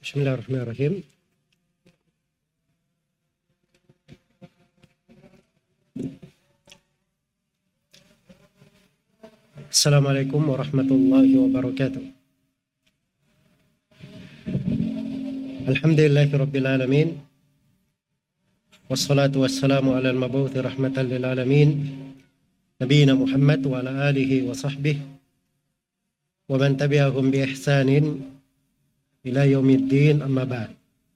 Bismillahirrahmanirrahim. Assalamualaikum warahmatullahi wabarakatuh. Alhamdulillahirabbil alamin. Wassalatu wassalamu ala al-mabuthi rahmatan lil alamin. Nabiyina Muhammad wa ala alihi wa sahbihi wa man tabi'ahum bi ihsanin ila yaumiddin, amma ba'd.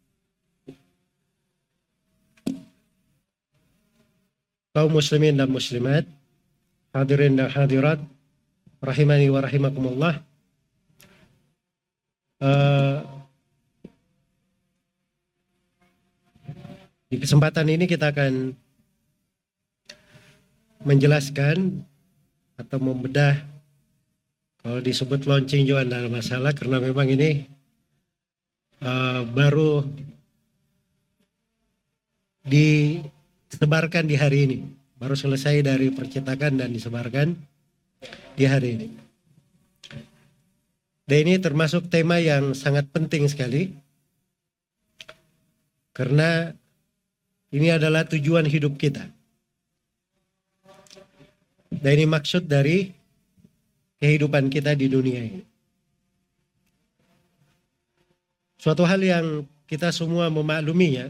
Kaum muslimin dan muslimat, hadirin dan hadirat, rahimani wa rahimakumullah. Di kesempatan ini kita akan menjelaskan atau membedah, kalau disebut launching juga tidak ada masalah, karena memang ini baru disebarkan di hari ini, baru selesai dari percetakan dan disebarkan di hari ini. Dan ini termasuk tema yang sangat penting sekali, karena ini adalah tujuan hidup kita. Dan ini maksud dari kehidupan kita di dunia ini. Suatu hal yang kita semua memakluminya,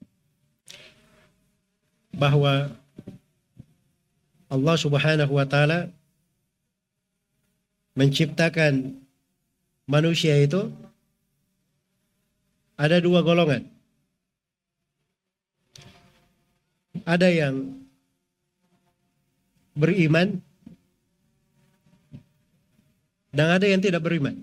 bahwa Allah Subhanahu wa Ta'ala menciptakan manusia itu ada dua golongan. Ada yang beriman dan ada yang tidak beriman.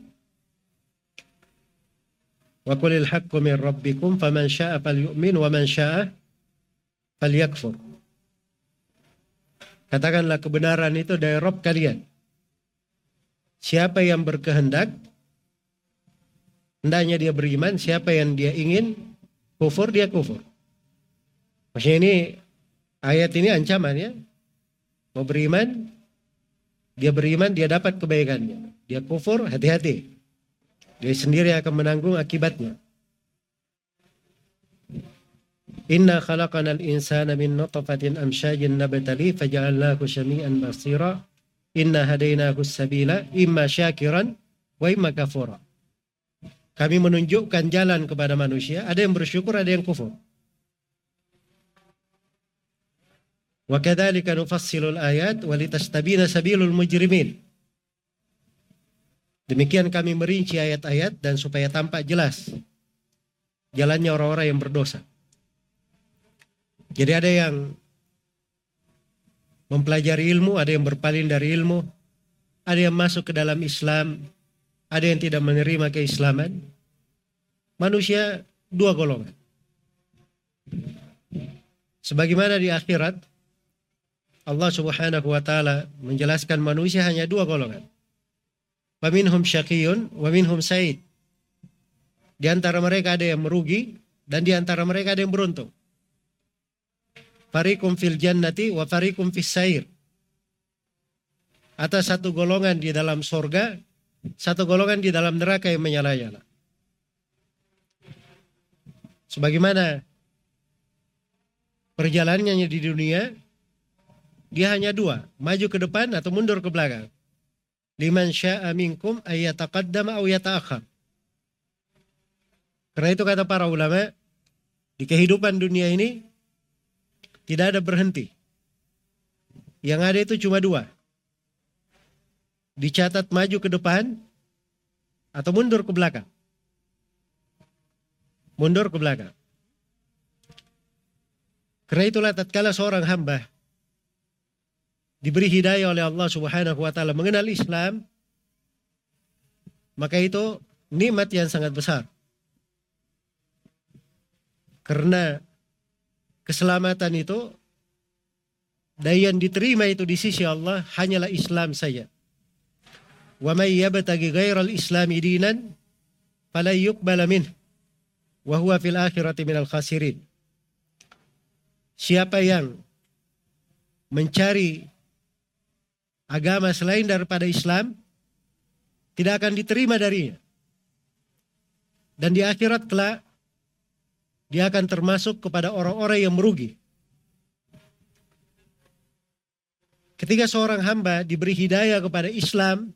Wa qulil haqqu min rabbikum faman syaa'a falyu'min wa man syaa'a falyakfur. Katakanlah kebenaran itu dari Rabb kalian. Siapa yang berkehendak, hendaknya dia beriman. Siapa yang dia ingin kufur, dia kufur. Maksudnya ini, ayat ini ancaman ya. Mau beriman, dia dapat kebaikannya. Dia kufur, hati-hati. Dia sendiri akan menanggung akibatnya. Inna khalaqanal insana min nutfatin amsyajin nabtali faja'alnahu syami'an basira. Inna hadainahu sabila imma syakiran wa imma kafura. Kami menunjukkan jalan kepada manusia, ada yang bersyukur, ada yang kufur. Wa kadzalika nufassilul ayat wa litastabina sabilul mujrimin. Demikian kami merinci ayat-ayat dan supaya tampak jelas jalannya orang-orang yang berdosa. Jadi ada yang mempelajari ilmu, ada yang berpaling dari ilmu, ada yang masuk ke dalam Islam, ada yang tidak menerima keislaman. Manusia dua golongan. Sebagaimana di akhirat Allah Subhanahu wa Ta'ala menjelaskan manusia hanya dua golongan. Wa minhum syaqiyun wa minhum sa'id. Di antara mereka ada yang merugi dan di antara mereka ada yang beruntung. Fariqum fil jannati wa fariqum fis sa'ir. Atas satu golongan di dalam surga, satu golongan di dalam neraka yang menyala-nyala. Sebagaimana perjalanannya di dunia, dia hanya dua, maju ke depan atau mundur ke belakang. Liman syaa minkum ayyataqaddama aw yata'akhkhar. Karena itu kata para ulama, di kehidupan dunia ini tidak ada berhenti. Yang ada itu cuma dua. Dicatat maju ke depan atau mundur ke belakang. Mundur ke belakang. Karena itulah tatkala seorang hamba diberi hidayah oleh Allah Subhanahu wa Ta'ala mengenal Islam, maka itu nikmat yang sangat besar. Karena keselamatan itu dan yang diterima itu di sisi Allah hanyalah Islam saja. Wa may yabtaghi ghairal islami dinan fala yuqbala minhu wa huwa fil akhirati minal khasirin. Siapa yang mencari agama selain daripada Islam, tidak akan diterima darinya. Dan di akhirat kelak dia akan termasuk kepada orang-orang yang merugi. Ketika seorang hamba diberi hidayah kepada Islam,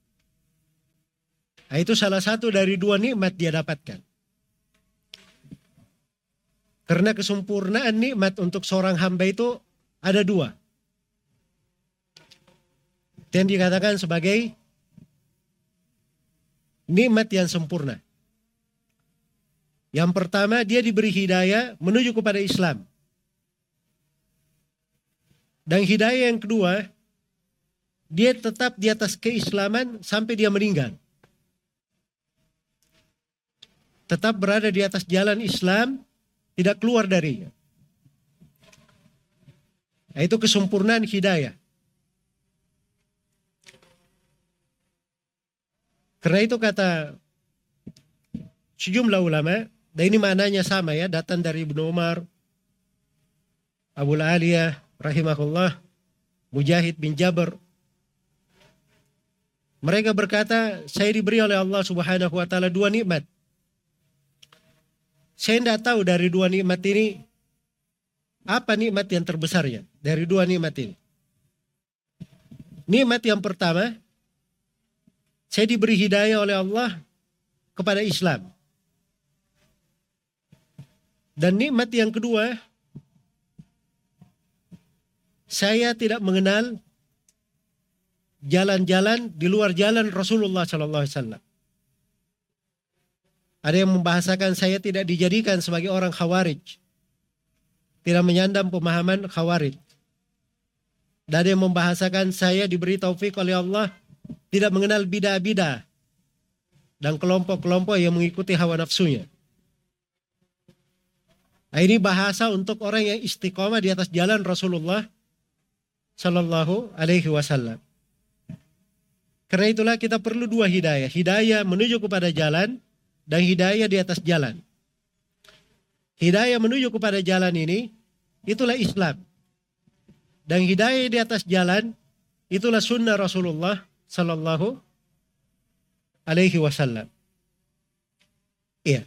itu salah satu dari dua nikmat dia dapatkan. Karena kesempurnaan nikmat untuk seorang hamba itu ada dua. Yang dikatakan sebagai nikmat yang sempurna. Yang pertama, dia diberi hidayah menuju kepada Islam. Dan hidayah yang kedua, dia tetap di atas keislaman sampai dia meninggal. Tetap berada di atas jalan Islam, tidak keluar darinya. Itu kesempurnaan hidayah. Karena itu kata sejumlah ulama, dan ini maknanya sama ya, datang dari Ibnu Umar, Abu Aliyah rahimahullah, Mujahid bin Jabr. Mereka berkata, saya diberi oleh Allah Subhanahu wa taala dua nikmat. Saya tidak tahu dari dua nikmat ini apa nikmat yang terbesarnya dari dua nikmat ini. Nikmat yang pertama, saya diberi hidayah oleh Allah kepada Islam. Dan nikmat yang kedua, saya tidak mengenal jalan-jalan di luar jalan Rasulullah SAW. Ada yang membahasakan saya tidak dijadikan sebagai orang Khawarij, tidak menyandang pemahaman Khawarij. Dan ada yang membahasakan saya diberi taufik oleh Allah tidak mengenal bidah-bidah dan kelompok-kelompok yang mengikuti hawa nafsunya. Nah, ini bahasa untuk orang yang istiqomah di atas jalan Rasulullah Sallallahu Alaihi Wasallam. Karena itulah kita perlu dua hidayah. Hidayah menuju kepada jalan dan hidayah di atas jalan. Hidayah menuju kepada jalan ini, itulah Islam. Dan hidayah di atas jalan, itulah sunnah Rasulullah Sallallahu Alaihi Wasallam. Iya.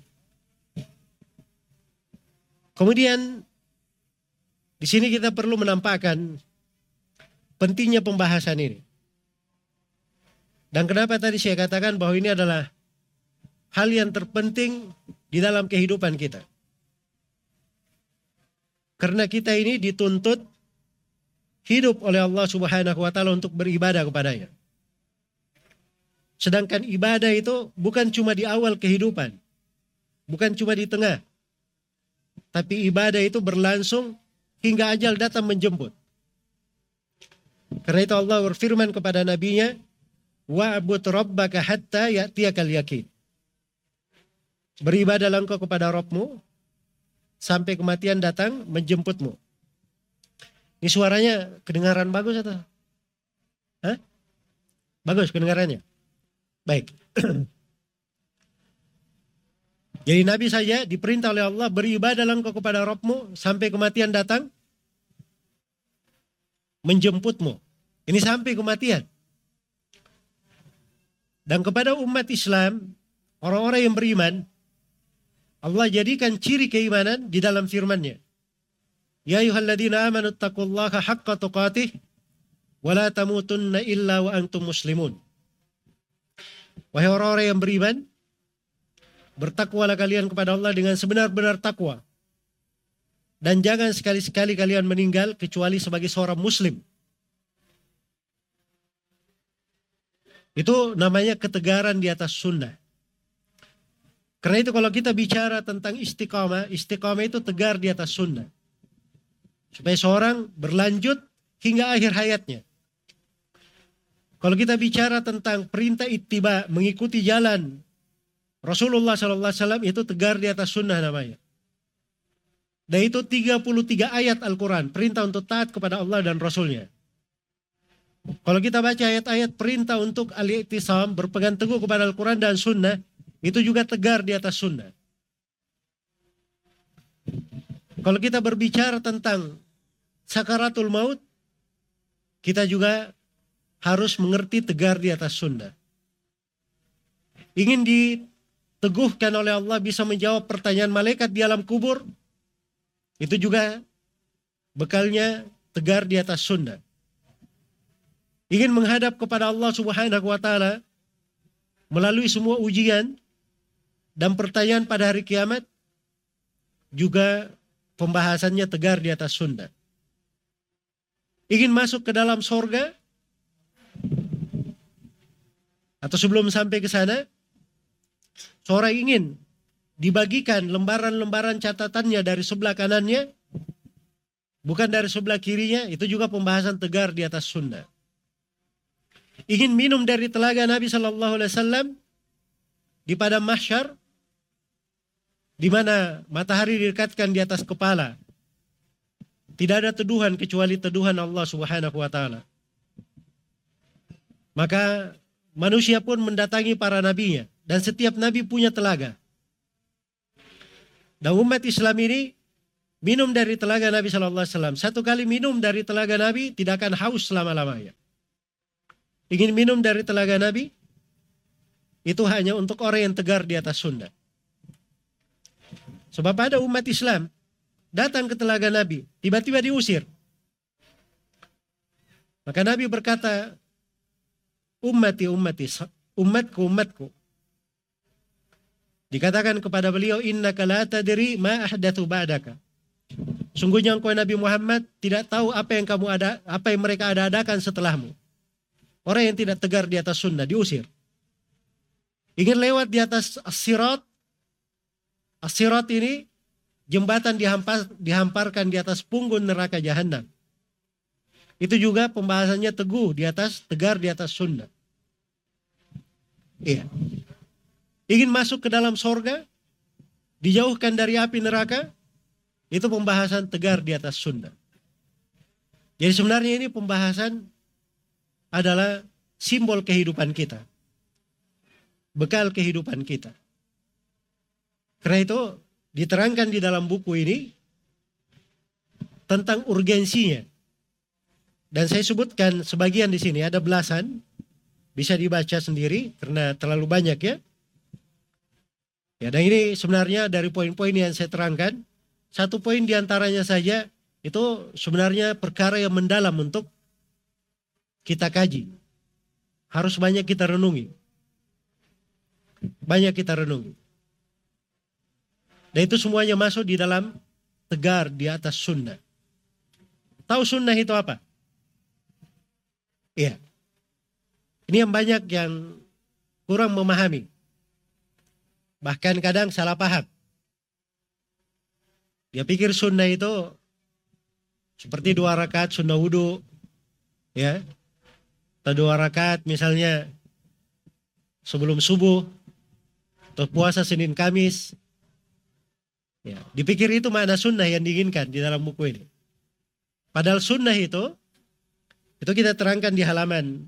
Kemudian di sini kita perlu menampakkan pentingnya pembahasan ini. Dan kenapa tadi saya katakan bahwa ini adalah hal yang terpenting di dalam kehidupan kita. Karena kita ini dituntut hidup oleh Allah Subhanahu wa taala untuk beribadah kepadanya. Sedangkan ibadah itu bukan cuma di awal kehidupan, bukan cuma di tengah. Tapi ibadah itu berlangsung hingga ajal datang menjemput. Karena itu Allah berfirman kepada nabinya, wa'bud rabbaka hatta ya'tiyakal yaqin. Beribadahlah engkau kepada Rabbmu sampai kematian datang menjemputmu. Ini suaranya kedengaran bagus atau? Hah? Bagus kedengarannya? Baik. Jadi Nabi saja diperintah oleh Allah, beribadahlah engkau kepada Rabbmu sampai kematian datang menjemputmu. Ini sampai kematian. Dan kepada umat Islam, orang-orang yang beriman, Allah jadikan ciri keimanan di dalam firman-Nya. Ya ayyuhalladzina amanu taqullaha haqqa tuqatih wa la tamutunna illa wa antum muslimun. Wahai orang-orang yang beriman, bertakwalah kalian kepada Allah dengan sebenar-benar takwa. Dan jangan sekali-sekali kalian meninggal kecuali sebagai seorang muslim. Itu namanya ketegaran di atas sunnah. Karena itu kalau kita bicara tentang istiqamah, istiqamah itu tegar di atas sunnah. Supaya seorang berlanjut hingga akhir hayatnya. Kalau kita bicara tentang perintah ittiba, mengikuti jalan Rasulullah SAW, itu tegar di atas sunnah namanya. Dan itu 33 ayat Al-Quran, perintah untuk taat kepada Allah dan Rasulnya. Kalau kita baca ayat-ayat perintah untuk al-i'tisam, berpegang teguh kepada Al-Quran dan sunnah, itu juga tegar di atas sunnah. Kalau kita berbicara tentang sakaratul maut, kita juga harus mengerti tegar di atas sunnah. Ingin teguhkan oleh Allah, bisa menjawab pertanyaan malaikat di alam kubur, itu juga bekalnya tegar di atas sunnah. Ingin menghadap kepada Allah Subhanahu wa taala melalui semua ujian dan pertanyaan pada hari kiamat, juga pembahasannya tegar di atas sunnah. Ingin masuk ke dalam sorga, atau sebelum sampai ke sana, seorang ingin dibagikan lembaran-lembaran catatannya dari sebelah kanannya, bukan dari sebelah kirinya, itu juga pembahasan tegar di atas sunnah. Ingin minum dari telaga Nabi Sallallahu Alaihi Wasallam di padang mahsyar, di mana matahari didekatkan di atas kepala, tidak ada teduhan kecuali teduhan Allah Subhanahu wa taala. Maka manusia pun mendatangi para nabinya, dan setiap nabi punya telaga. Dan umat Islam ini minum dari telaga Nabi Sallallahu Alaihi Wasallam. Satu kali minum dari telaga Nabi tidak akan haus selama-lamanya. Ingin minum dari telaga Nabi, itu hanya untuk orang yang tegar di atas sunnah. Sebab ada umat Islam datang ke telaga Nabi, tiba-tiba diusir. Maka Nabi berkata, ummati, umatku, umatku. Dikatakan kepada beliau, innaka la tadri ma ahdatsu ba'daka. Sungguhnya engkau Nabi Muhammad tidak tahu apa yang mereka adakan setelahmu. Orang yang tidak tegar di atas sunnah diusir. Ingin lewat di atas as-sirat. As-sirat ini jembatan dihamparkan di atas punggung neraka jahanam. Itu juga pembahasannya tegar di atas sunnah. Iya. Ingin masuk ke dalam sorga, dijauhkan dari api neraka, itu pembahasan tegar di atas sunnah. Jadi sebenarnya ini pembahasan adalah simbol kehidupan kita, bekal kehidupan kita. Karena itu diterangkan di dalam buku ini tentang urgensinya. Dan saya sebutkan sebagian di sini, ada belasan, bisa dibaca sendiri karena terlalu banyak ya. Ya, dan ini sebenarnya dari poin-poin yang saya terangkan, satu poin diantaranya saja itu sebenarnya perkara yang mendalam untuk kita kaji. Harus banyak kita renungi. Banyak kita renungi. Dan itu semuanya masuk di dalam tegar di atas sunnah. Tahu sunnah itu apa? Iya. Ini yang banyak yang kurang memahami. Bahkan kadang salah paham. Dia pikir sunnah itu seperti 2 rakaat sunnah wudu, ya, atau 2 rakaat misalnya sebelum subuh, atau puasa Senin Kamis. Ya, dipikir itu makna sunnah yang diinginkan di dalam buku ini. Padahal sunnah itu kita terangkan di halaman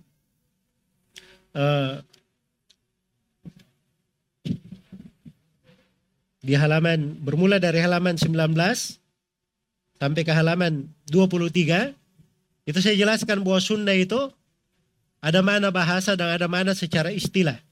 bermula dari halaman 19 sampai ke halaman 23, itu saya jelaskan bahwa sunnah itu ada makna bahasa dan ada makna secara istilah.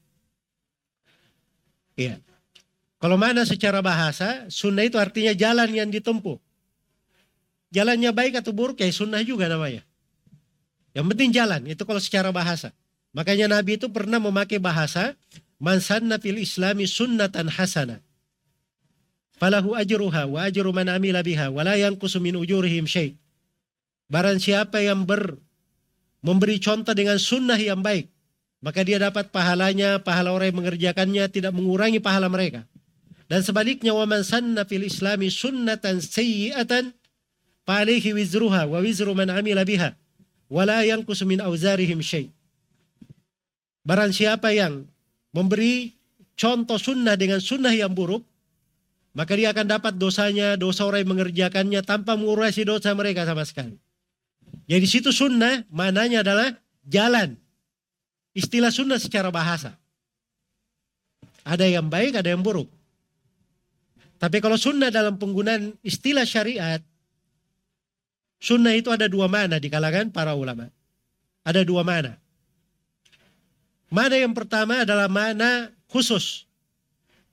Iya. Kalau makna secara bahasa, sunnah itu artinya jalan yang ditempuh. Jalannya baik atau buruk, ya sunnah juga namanya. Yang penting jalan, itu kalau secara bahasa. Makanya Nabi itu pernah memakai bahasa, man sanna fil islami sunnatan hasanah, falahu ajruha wa ajru man amila biha wa la yanqusu min ujurihim syai'. Barang siapa yang memberi contoh dengan sunnah yang baik, maka dia dapat pahalanya, pahala orang yang mengerjakannya tidak mengurangi pahala mereka. Dan sebaliknya, wa man sanna fil islami sunnatan sayyi'atan fa alaihi wizruha wa wizru man amila biha wa la yanqusu min auzarihim syai'. Barang siapa yang memberi contoh sunnah dengan sunnah yang buruk, maka dia akan dapat dosanya, dosa orang yang mengerjakannya tanpa mengurangi dosa mereka sama sekali. Jadi situ sunnah maknanya adalah jalan. Istilah sunnah secara bahasa. Ada yang baik, ada yang buruk. Tapi kalau sunnah dalam penggunaan istilah syariat, sunnah itu ada 2 makna di kalangan para ulama. Ada 2 makna. Makna yang pertama adalah makna khusus.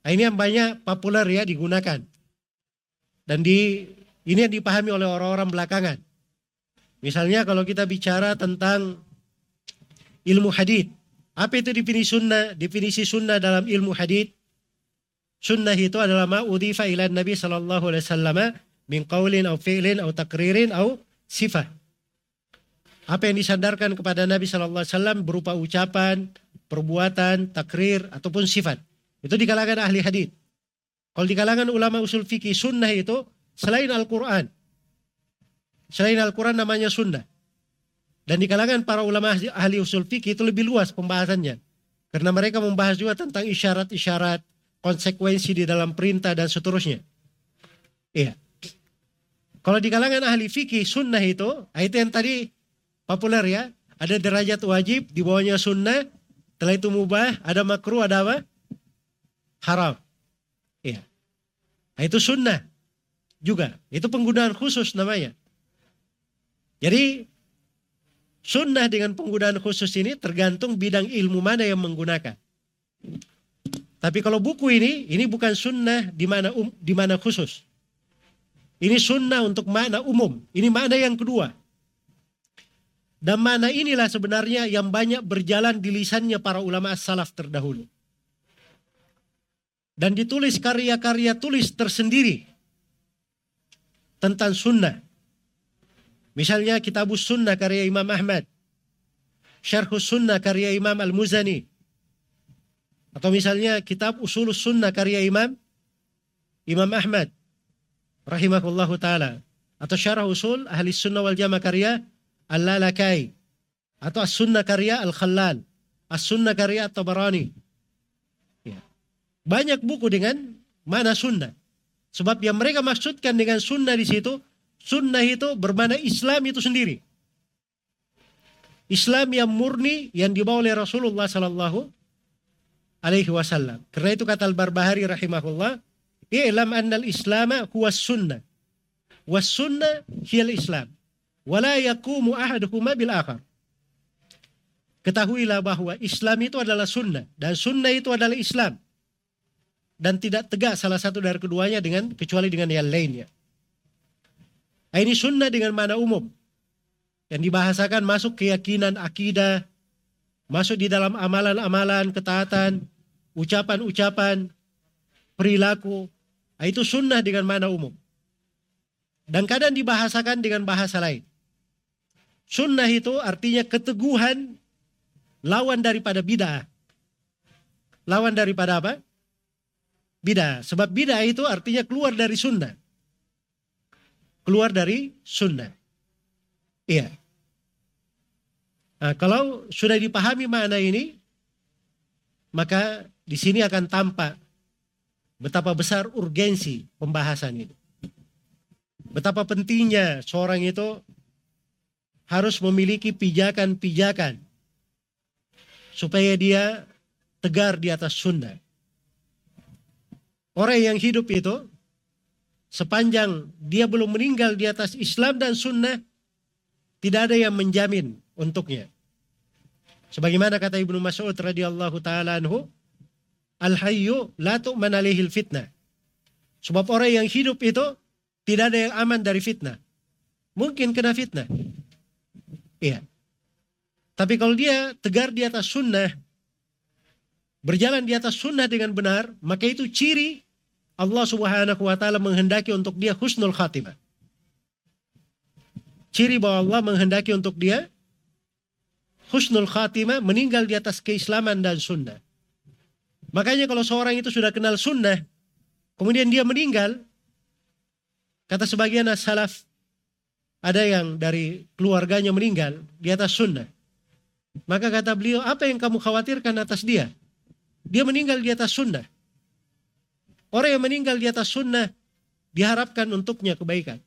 Nah, ini yang banyak populer ya digunakan. Dan ini yang dipahami oleh orang-orang belakangan. Misalnya kalau kita bicara tentang ilmu hadits, apa itu definisi sunnah? Definisi sunnah dalam ilmu hadits, sunnah itu adalah ma udhifa ila Nabi sallallahu alaihi wasallam min qaulin aw fi'lin aw taqririn aw sifah. Apa yang disandarkan kepada Nabi sallallahu alaihi wasallam berupa ucapan, perbuatan, takrir ataupun sifat. Itu di kalangan ahli hadits. Kalau di kalangan ulama usul fikih, sunnah itu selain Al-Quran. Selain Al-Quran namanya sunnah. Dan di kalangan para ulama ahli usul fikih itu lebih luas pembahasannya. Karena mereka membahas juga tentang isyarat-isyarat, konsekuensi di dalam perintah dan seterusnya. Iya. Kalau di kalangan ahli fikih, sunnah itu yang tadi populer ya. Ada derajat wajib, di bawahnya sunnah. Setelah itu mubah, ada makruh, ada apa? Haram. Iya. Nah, itu sunnah juga. Itu penggunaan khusus namanya. Jadi sunnah dengan penggunaan khusus ini tergantung bidang ilmu mana yang menggunakan. Tapi kalau buku ini bukan sunnah di mana khusus. Ini sunnah untuk makna umum. Ini makna yang kedua. Dan makna inilah sebenarnya yang banyak berjalan di lisannya para ulama as-salaf terdahulu. Dan ditulis karya-karya tulis tersendiri tentang sunnah. Misalnya Kitabus Sunnah karya Imam Ahmad, Syarhus Sunnah karya Imam Al-Muzani, atau misalnya Kitab Usulus Sunnah karya Imam Ahmad rahimahullahu ta'ala, atau Syarah Usul Ahli Sunnah wal Jamaah karya Al-Lalakai, atau As-Sunnah karya Al-Khallal, As-Sunnah karya At-Tabarani. Ya. Banyak buku dengan mana sunnah. Sebab yang mereka maksudkan dengan sunnah di situ, sunnah itu bermakna Islam itu sendiri. Islam yang murni yang dibawa oleh Rasulullah sallallahu alaihi wasallam. Karena itu kata Al-Barbahari rahimahullah, "I'lam annal Islama huwa sunnah. Was sunnah hiyal Islam. Wa la yaqumu ahaduhuma bil akhar." Ketahuilah bahwa Islam itu adalah sunnah dan sunnah itu adalah Islam. Dan tidak tegak salah satu dari keduanya kecuali dengan yang lainnya. Ini sunnah dengan makna umum. Yang dibahasakan masuk keyakinan, akidah, masuk di dalam amalan-amalan, ketaatan, ucapan-ucapan, perilaku. Itu sunnah dengan makna umum. Dan kadang dibahasakan dengan bahasa lain. Sunnah itu artinya keteguhan lawan daripada bid'ah. Lawan daripada apa? Bid'ah. Sebab bid'ah itu artinya keluar dari sunnah. Keluar dari sunnah. Iya. Nah, kalau sudah dipahami makna ini, maka di sini akan tampak betapa besar urgensi pembahasan ini. Betapa pentingnya seorang itu harus memiliki pijakan-pijakan supaya dia tegar di atas sunnah. Orang yang hidup itu sepanjang dia belum meninggal di atas Islam dan sunnah, tidak ada yang menjamin untuknya. Sebagaimana kata Ibnu Mas'ud radhiyallahu taala anhu, "Al-hayyu la tu'man alaihil fitnah." Sebab orang yang hidup itu tidak ada yang aman dari fitnah. Mungkin kena fitnah. Iya. Tapi kalau dia tegar di atas sunnah, berjalan di atas sunnah dengan benar, maka itu ciri Allah subhanahu wa ta'ala menghendaki untuk dia husnul khatimah. Ciri bahwa Allah menghendaki untuk dia husnul khatimah, meninggal di atas keislaman dan sunnah. Makanya kalau seorang itu sudah kenal sunnah, kemudian dia meninggal, kata sebagian as-salaf, ada yang dari keluarganya meninggal di atas sunnah. Maka kata beliau, apa yang kamu khawatirkan atas dia? Dia meninggal di atas sunnah. Orang yang meninggal di atas sunnah diharapkan untuknya kebaikan.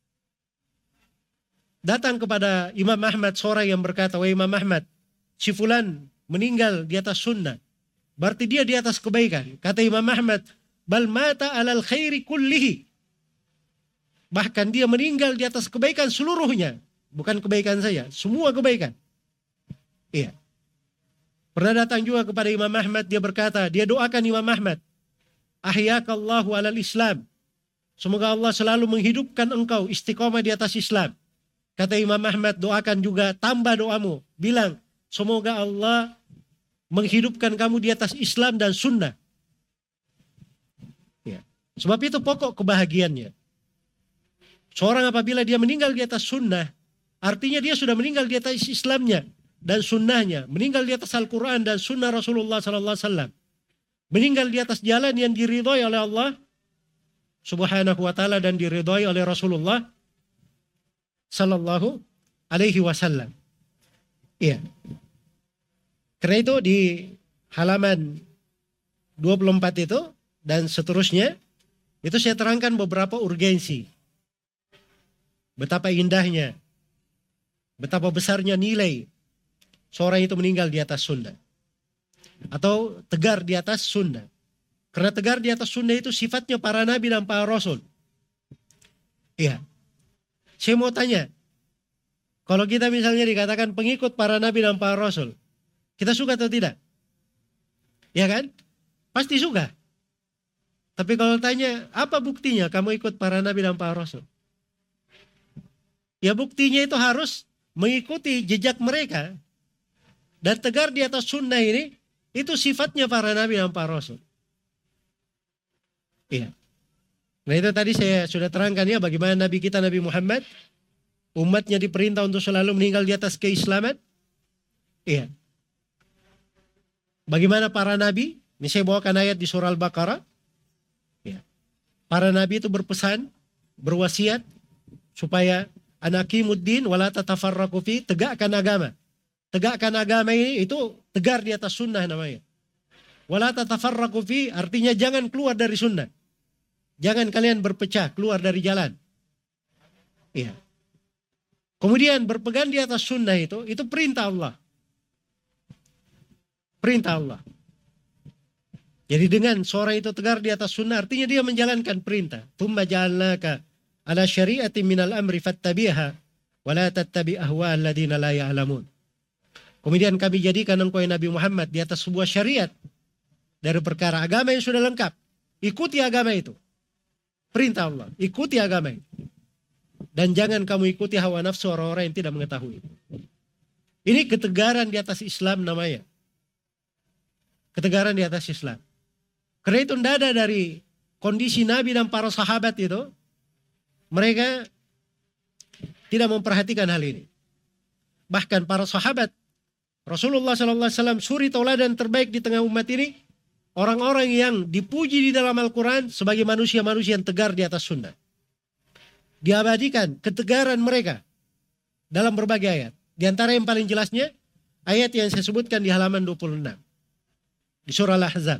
Datang kepada Imam Ahmad seorang yang berkata, "Wahai Imam Ahmad, si fulan meninggal di atas sunnah. Berarti dia di atas kebaikan." Kata Imam Ahmad, "Bal mata alal khairi kullihi." Bahkan dia meninggal di atas kebaikan seluruhnya. Bukan kebaikan saya, semua kebaikan. Iya. Pernah datang juga kepada Imam Ahmad, dia berkata, dia doakan Imam Ahmad. ahyakallahu alal Islam. Semoga Allah selalu menghidupkan engkau istiqomah di atas Islam. Kata Imam Ahmad, doakan juga, tambah doamu. Bilang, semoga Allah menghidupkan kamu di atas Islam dan sunnah. Ya. Sebab itu pokok kebahagiaannya. Seorang apabila dia meninggal di atas sunnah, artinya dia sudah meninggal di atas Islamnya dan sunnahnya. Meninggal di atas Al-Quran dan sunnah Rasulullah SAW. Meninggal di atas jalan yang diridhoi oleh Allah Subhanahu wa ta'ala dan diridhoi oleh Rasulullah Sallallahu Alaihi Wasallam. Iya. Karena itu di halaman 24 itu dan seterusnya, itu saya terangkan beberapa urgensi. Betapa indahnya, betapa besarnya nilai seorang itu meninggal di atas sunnah. Atau tegar di atas sunnah. Karena tegar di atas sunnah itu sifatnya para nabi dan para rasul. Iya. Saya mau tanya, kalau kita misalnya dikatakan pengikut para nabi dan para rasul, kita suka atau tidak? Ya kan? Pasti suka. Tapi kalau tanya, apa buktinya kamu ikut para nabi dan para rasul? Ya buktinya itu harus mengikuti jejak mereka. Dan tegar di atas sunnah ini, itu sifatnya para nabi dan para rasul. Iya. Nah itu tadi saya sudah terangkan ya bagaimana Nabi kita Nabi Muhammad umatnya diperintah untuk selalu meninggal di atas keislaman. Iya. Bagaimana para nabi? Ini saya bawakan ayat di surah Al-Baqarah. Iya. Para nabi itu berpesan, berwasiat supaya anaqimuddin wala tatafarraqu fi, tegakkan agama. Tegakkan agama ini itu tegar di atas sunnah namanya. Wala tatafarraqu fi artinya jangan keluar dari sunnah. Jangan kalian berpecah, keluar dari jalan. Iya. Kemudian berpegang di atas sunnah itu perintah Allah. Perintah Allah. Jadi dengan seorang itu tegar di atas sunnah, artinya dia menjalankan perintah. Tsumma ja'alnaka ala syari'atin minal amri fattabi'ha wa la tattabi' ahwa alladziina la ya'lamun. Kemudian kami jadikan engkau Nabi Muhammad di atas sebuah syariat dari perkara agama yang sudah lengkap. Ikuti agama itu. Perintah Allah, ikuti agama itu. Dan jangan kamu ikuti hawa nafsu orang-orang yang tidak mengetahui. Ini ketegaran di atas Islam namanya. Ketegaran di atas Islam. Karena itu tidak ada dari kondisi Nabi dan para sahabat itu, mereka tidak memperhatikan hal ini. Bahkan para sahabat Rasulullah SAW suri tauladan terbaik di tengah umat ini, orang-orang yang dipuji di dalam Al-Quran sebagai manusia-manusia yang tegar di atas sunnah. Diabadikan ketegaran mereka dalam berbagai ayat. Di antara yang paling jelasnya, ayat yang saya sebutkan di halaman 26. Di surah Al-Ahzab.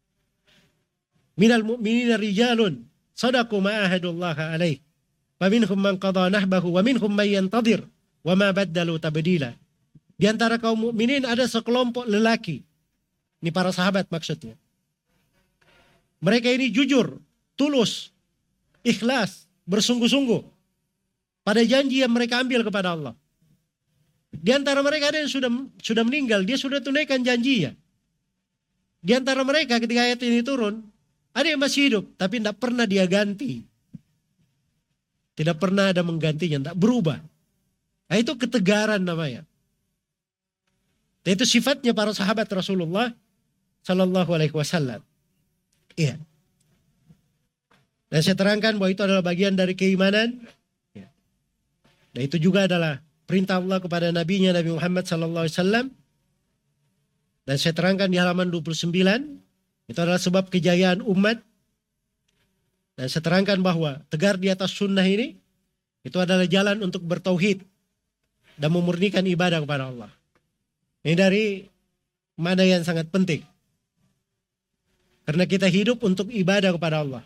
Minal mu'minina rijalun sadaqu ma'ahadullaha alaih. Faminhum man qadha nahbahu wa minhum man yantadir wa ma baddalu tabdila. Di antara kaum mukminin ada sekelompok lelaki. Ini para sahabat maksudnya. Mereka ini jujur, tulus, ikhlas, bersungguh-sungguh pada janji yang mereka ambil kepada Allah. Di antara mereka ada yang sudah meninggal, dia sudah tunaikan janjinya. Di antara mereka ketika ayat ini turun, ada yang masih hidup, tapi tidak pernah dia ganti. Tidak pernah ada menggantinya, tidak berubah. Nah, itu ketegaran namanya. Dan itu sifatnya para sahabat Rasulullah Sallallahu Alaihi Wasallam. Iya. Dan saya terangkan bahwa itu adalah bagian dari keimanan. Ya. Dan itu juga adalah perintah Allah kepada nabinya Nabi Muhammad Sallallahu Alaihi Wasallam. Dan saya terangkan di halaman 29. Itu adalah sebab kejayaan umat. Dan saya terangkan bahwa tegar di atas sunnah ini, itu adalah jalan untuk bertauhid dan memurnikan ibadah kepada Allah. Ini dari mana yang sangat penting. Karena kita hidup untuk ibadah kepada Allah.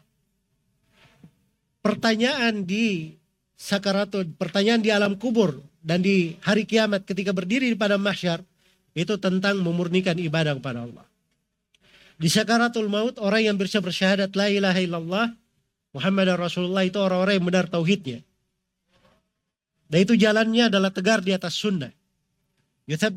Pertanyaan di sakaratul, pertanyaan di alam kubur dan di hari kiamat ketika berdiri pada mahsyar, itu tentang memurnikan ibadah kepada Allah. Di sakaratul maut, orang yang bisa bersyahadat la ilaha illallah Muhammad Rasulullah itu orang-orang yang benar tauhidnya. Dan itu jalannya adalah tegar di atas sunnah.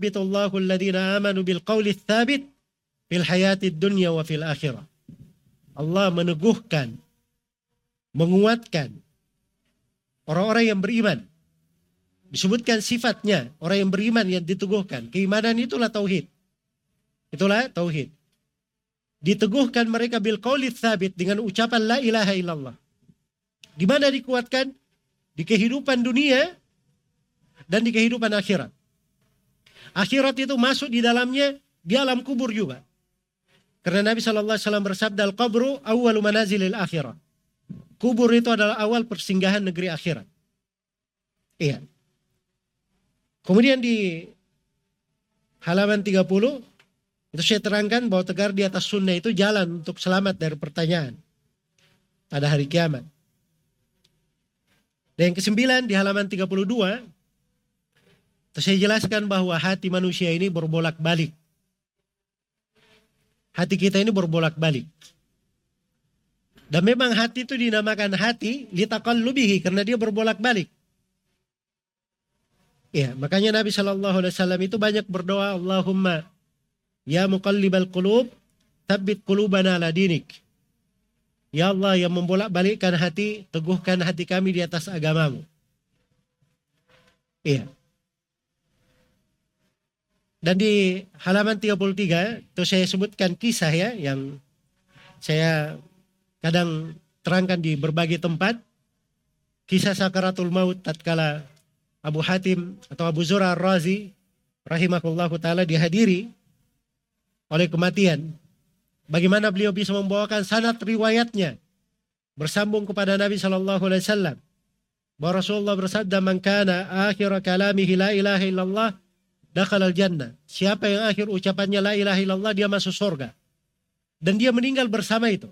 Yuthabbitullahu alladhina amanu bil qawli tsabit fil hayatid dunya wa fil akhirah. Allah meneguhkan, menguatkan orang-orang yang beriman. Disebutkan sifatnya orang yang beriman yang diteguhkan. Keimanan itulah tauhid. Itulah tauhid. Diteguhkan mereka bil qauli tsabit, dengan ucapan la ilaha illallah. Di mana dikuatkan? Di kehidupan dunia dan di kehidupan akhirat. Akhirat itu masuk di dalamnya di alam kubur juga. Karena Nabi SAW bersabda, al-qabru awwalu manazilil akhirah. Kubur itu adalah awal persinggahan negeri akhirat. Iya. Kemudian di halaman 30, itu saya terangkan bahwa tegar di atas sunnah itu jalan untuk selamat dari pertanyaan pada hari kiamat. Dan yang ke-9 di halaman 32, itu saya jelaskan bahwa hati manusia ini berbolak-balik. Hati kita ini berbolak-balik. Dan memang hati itu dinamakan hati litaqallubihi, karena dia berbolak-balik. Ya, makanya Nabi SAW itu banyak berdoa, Allahumma ya muqallibal qulub, tsabbit qulubana ala dinik. Ya Allah yang membolak-balikkan hati, teguhkan hati kami di atas agamamu. Iya. Dan di halaman 33 itu saya sebutkan kisah ya yang saya kadang terangkan di berbagai tempat. Kisah sakaratul maut tatkala Abu Hatim atau Abu Zur'ah Ar-Razi rahimahullahu ta'ala dihadiri oleh kematian. Bagaimana beliau bisa membawakan sanad riwayatnya bersambung kepada Nabi SAW. Bahwa Rasulullah bersabda, man kana akhir kalamihi la ilaha illallah dakhalal jannah. Siapa yang akhir ucapannya la ilaha illallah, dia masuk surga. Dan dia meninggal bersama itu.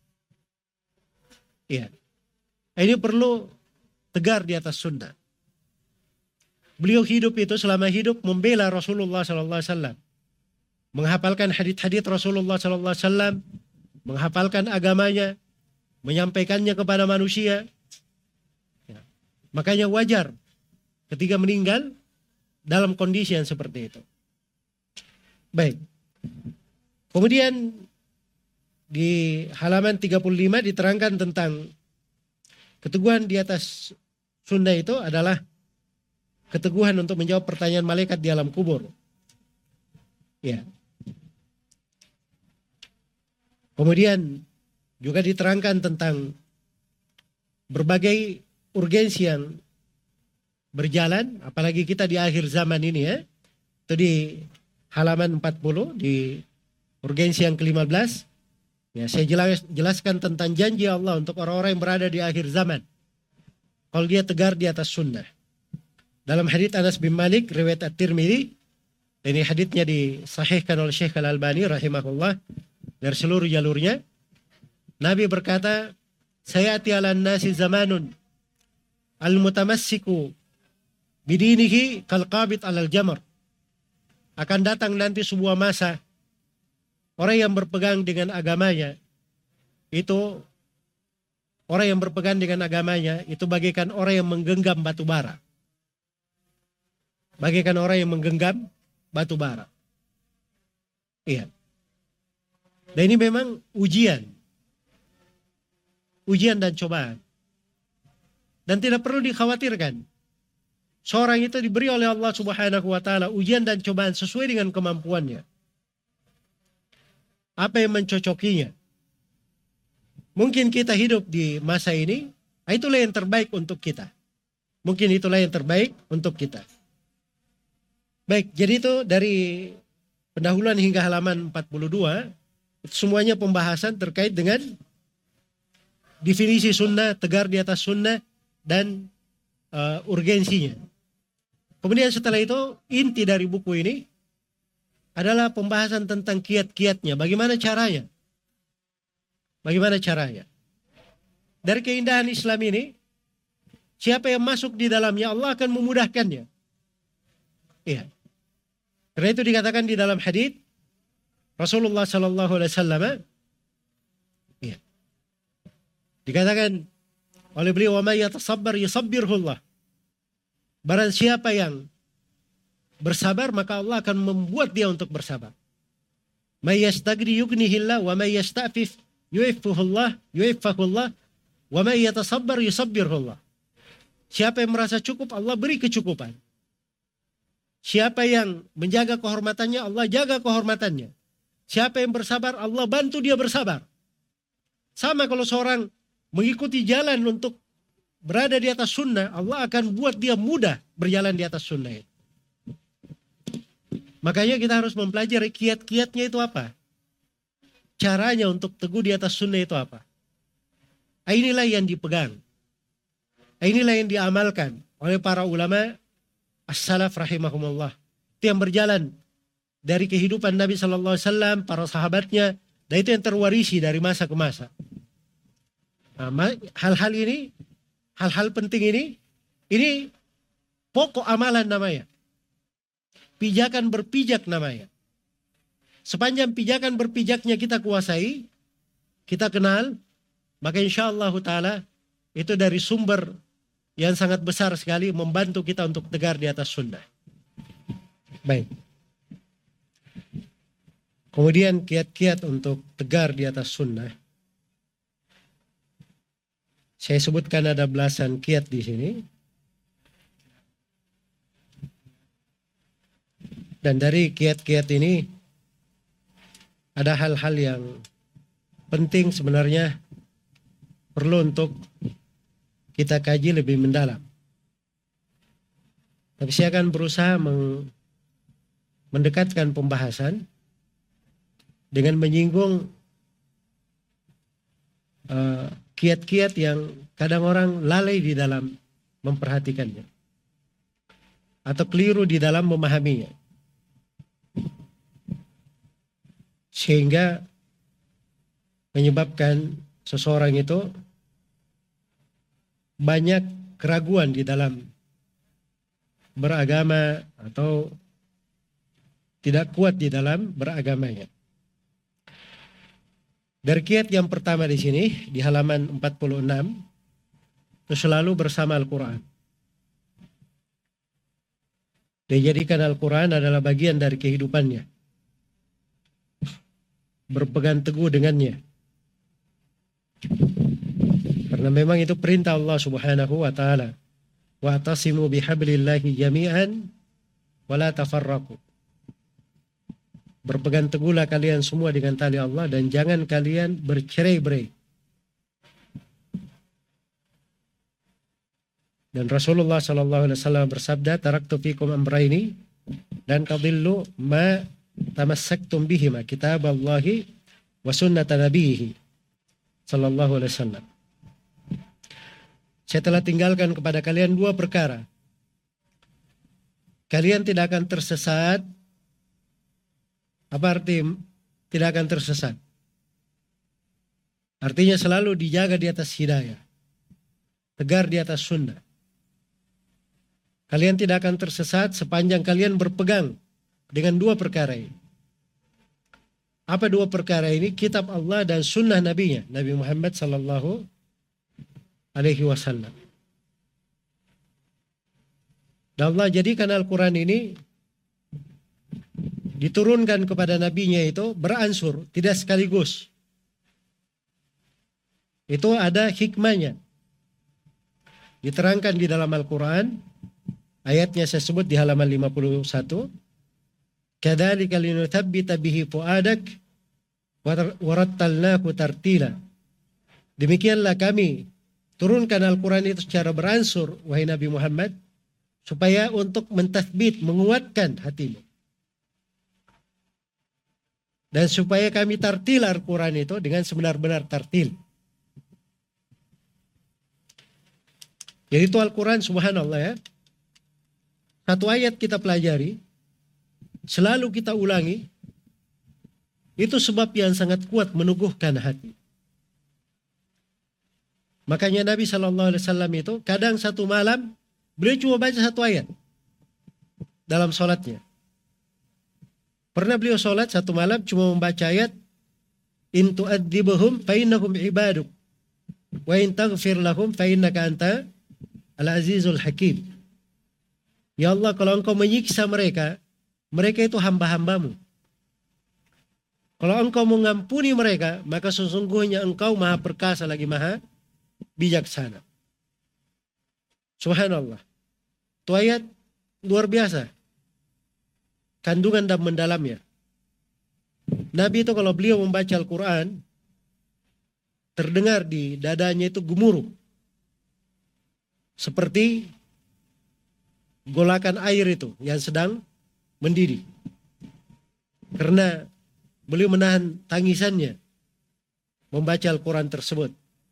Iya. Ini perlu tegar di atas sunnah. Beliau hidup itu selama hidup membela Rasulullah SAW. Menghafalkan hadits-hadits Rasulullah SAW. Menghafalkan agamanya. Menyampaikannya kepada manusia. Ya. Makanya wajar ketika meninggal dalam kondisi yang seperti itu. Baik. Kemudian di halaman 35 diterangkan tentang keteguhan di atas sunnah itu adalah keteguhan untuk menjawab pertanyaan malaikat di alam kubur. Ya. Kemudian juga diterangkan tentang berbagai urgensi yang berjalan, apalagi kita di akhir zaman ini ya. Itu di halaman 40 di urgensi yang ke-15. Ya, saya jelaskan tentang janji Allah untuk orang-orang yang berada di akhir zaman. Kalau dia tegar di atas sunnah. Dalam hadits Anas bin Malik riwayat At-Tirmidzi, ini haditsnya disahihkan oleh Syekh Al-Albani rahimahullah dari seluruh jalurnya. Nabi berkata, sayati 'alan nasi zamanun al-mutamassiku bidinihi kalqabit 'alal jamr. Akan datang nanti sebuah masa orang yang berpegang dengan agamanya itu bagaikan orang yang menggenggam batu bara. Bagaikan orang yang menggenggam batu bara. Iya. Dan ini memang ujian dan cobaan. Dan tidak perlu dikhawatirkan. Seorang itu diberi oleh Allah Subhanahu wa taala ujian dan cobaan sesuai dengan kemampuannya. Apa yang mencocokinya. Mungkin kita hidup di masa ini, itulah yang terbaik untuk kita. Mungkin itulah yang terbaik untuk kita. Baik, jadi itu dari pendahuluan hingga halaman 42, itu semuanya pembahasan terkait dengan definisi sunnah, tegar di atas sunnah, dan urgensinya. Kemudian setelah itu, inti dari buku ini adalah pembahasan tentang kiat-kiatnya. Bagaimana caranya? Bagaimana caranya? Dari keindahan Islam ini, siapa yang masuk di dalamnya, Allah akan memudahkannya. Iya. Karena itu dikatakan di dalam hadits Rasulullah SAW, iya, dikatakan oleh beliau, wa may yatasabbar yusabbirhullah. Barang siapa yang bersabar, maka Allah akan membuat dia untuk bersabar. May yastagni yughnihillah wa may yasta'fif yu'iffahullah, wa may yatasabbar yusabbirhullah. Siapa yang merasa cukup, Allah beri kecukupan. Siapa yang menjaga kehormatannya, Allah jaga kehormatannya. Siapa yang bersabar, Allah bantu dia bersabar. Sama kalau seorang mengikuti jalan untuk berada di atas sunnah, Allah akan buat dia mudah berjalan di atas sunnah itu. Makanya kita harus mempelajari kiat-kiatnya itu apa. Caranya untuk teguh di atas sunnah itu apa. Inilah yang dipegang. Inilah yang diamalkan oleh para ulama as-salaf rahimahumullah. Itu yang berjalan dari kehidupan Nabi SAW, para sahabatnya. Dan itu yang terwarisi dari masa ke masa. Nah, hal-hal ini, hal-hal penting ini pokok amalan namanya. Pijakan berpijak namanya. Sepanjang pijakan berpijaknya kita kuasai, kita kenal, maka insyaallah ta'ala itu dari sumber yang sangat besar sekali membantu kita untuk tegar di atas sunnah. Baik. Kemudian kiat-kiat untuk tegar di atas sunnah. Saya sebutkan ada belasan kiat di sini. Dan dari kiat-kiat ini ada hal-hal yang penting sebenarnya perlu untuk kita kaji lebih mendalam. Tapi saya akan berusaha mendekatkan pembahasan dengan menyinggung kiat-kiat yang kadang orang lalai di dalam memperhatikannya atau keliru di dalam memahaminya, sehingga menyebabkan seseorang itu banyak keraguan di dalam beragama atau tidak kuat di dalam beragamanya. Dari kiat yang pertama di sini di halaman 46 itu selalu bersama Al-Quran. Dia jadikan Al-Quran adalah bagian dari kehidupannya. Berpegang teguh dengannya. Karena memang itu perintah Allah Subhanahu wa taala. Wa'tasimu bihablillahi jami'an wa la tafarraqu. Berpegang teguhlah kalian semua dengan tali Allah dan jangan kalian bercerai-berai. Dan Rasulullah sallallahu alaihi wasallam bersabda, "Taraktu fikum amrayni dan tadillu ma tamassaktum bihima, kitaballahi wa sunnata nabiyhi sallallahu alaihi wasallam." Saya telah tinggalkan kepada kalian dua perkara. Kalian tidak akan tersesat. Apa arti tidak akan tersesat? Artinya selalu dijaga di atas hidayah. Tegar di atas sunnah. Kalian tidak akan tersesat sepanjang kalian berpegang dengan dua perkara ini. Apa dua perkara ini? Kitab Allah dan sunnah Nabi-Nya, Nabi Muhammad sallallahu alaihi wasallam. Dan Allah jadikan Al-Quran ini diturunkan kepada nabinya itu beransur, tidak sekaligus. Itu ada hikmahnya. Diterangkan di dalam Al-Quran, ayatnya saya sebut di halaman 51. Kadzalika linutsabbita bihi fuadak wa rattalnahu tartila. Demikianlah kami turunkan Al-Quran itu secara beransur, wahai Nabi Muhammad, supaya untuk mentasbit, menguatkan hatimu. Dan supaya kami tartil Al-Quran itu dengan sebenar-benar tartil. Jadi itu Al-Quran, subhanallah ya. Satu ayat kita pelajari, selalu kita ulangi, itu sebab yang sangat kuat meneguhkan hati. Makanya Nabi SAW itu kadang satu malam, beliau cuma baca satu ayat dalam sholatnya. Pernah beliau sholat satu malam cuma membaca ayat, in tu'adzibhum fa innahum ibaduk wa in taghfir lahum fa innaka anta al-azizul hakim. Ya Allah, kalau engkau menyiksa mereka, mereka itu hamba-hambamu. Kalau engkau mengampuni mereka, maka sesungguhnya engkau maha perkasa lagi maha bijaksana. Subhanallah. Itu ayat luar biasa. Kandungan dan mendalamnya. Nabi itu kalau beliau membaca Al-Quran, terdengar di dadanya itu gemuruh. Seperti golakan air itu yang sedang mendidih. Karena beliau menahan tangisannya membaca Al-Quran tersebut.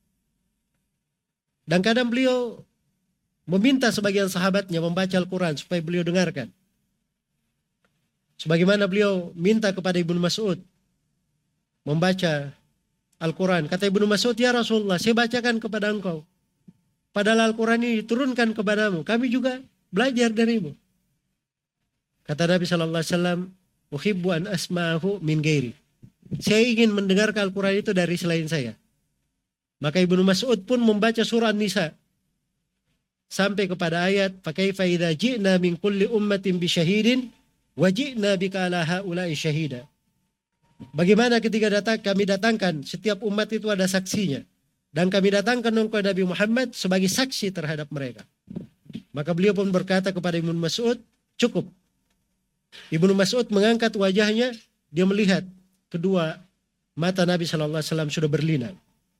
Dan kadang beliau meminta sebagian sahabatnya membaca Al-Quran supaya beliau dengarkan. Sebagaimana beliau minta kepada Ibnu Mas'ud membaca Al-Quran. Kata Ibnu Mas'ud, ya Rasulullah, saya bacakan kepada engkau. Padahal Al-Quran ini diturunkan kepadamu. Kami juga belajar darimu. Kata Nabi SAW, uhibbu an asma'ahu min ghairi. Saya ingin mendengarkan Al-Quran itu dari selain saya. Maka Ibnu Mas'ud pun membaca surah An-Nisa. Sampai kepada ayat, fakaifa idza ji'na min kulli ummatin bi syahidin wa ji'na bika ala haula'i syahida. Bagaimana ketika kami datangkan setiap umat itu ada saksinya. Dan kami datangkan engkau Nabi Muhammad sebagai saksi terhadap mereka. Maka beliau pun berkata kepada Ibnu Mas'ud, cukup. Ibnu Mas'ud mengangkat wajahnya, dia melihat kedua mata Nabi SAW sudah berlinang.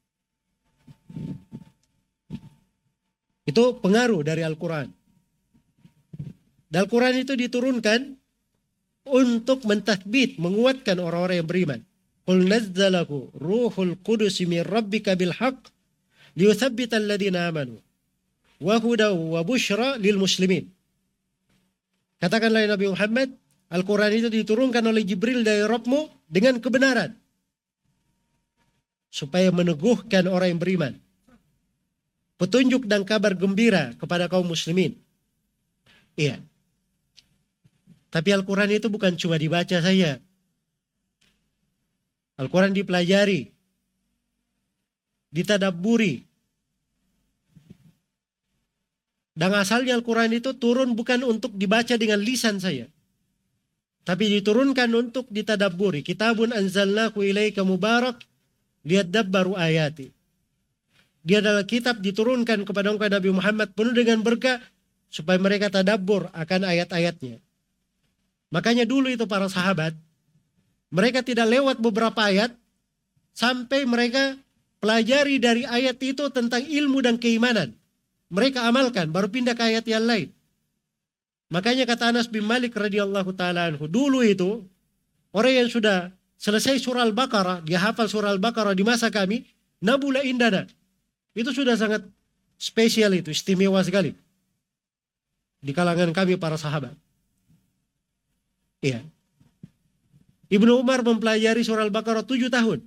Itu pengaruh dari Al-Quran. Dan Al-Quran itu diturunkan untuk mentathbit, menguatkan orang-orang yang beriman. Qul nazzalahu ruhul qudus min rabbika bil haqq liyuthabbital ladzina amanu wa hudaw wa busyra lil muslimin. Katakanlah Nabi Muhammad, Al-Quran itu diturunkan oleh Jibril dari Rabbmu dengan kebenaran supaya meneguhkan orang yang beriman, petunjuk dan kabar gembira kepada kaum muslimin. Iya. Tapi Al-Quran itu bukan cuma dibaca saja. Al-Quran dipelajari, ditadabburi. Dan asalnya Al-Quran itu turun bukan untuk dibaca dengan lisan saja, tapi diturunkan untuk ditadabburi. Kitabun anzalnahu ilaika mubarak liyadabbaru ayati. Dia adalah kitab diturunkan kepada engkau Nabi Muhammad penuh dengan berkah supaya mereka tadabbur akan ayat-ayatnya. Makanya dulu itu para sahabat, mereka tidak lewat beberapa ayat sampai mereka pelajari dari ayat itu tentang ilmu dan keimanan. Mereka amalkan, baru pindah ke ayat yang lain. Makanya kata Anas bin Malik radhiyallahu ta'ala anhu, dulu itu orang yang sudah selesai surah Al-Baqarah, dia hafal surah Al-Baqarah di masa kami, nabula indana. Itu sudah sangat spesial, itu istimewa sekali di kalangan kami para sahabat. Iya. Ibnu Umar mempelajari surah Al-Baqarah 7 tahun.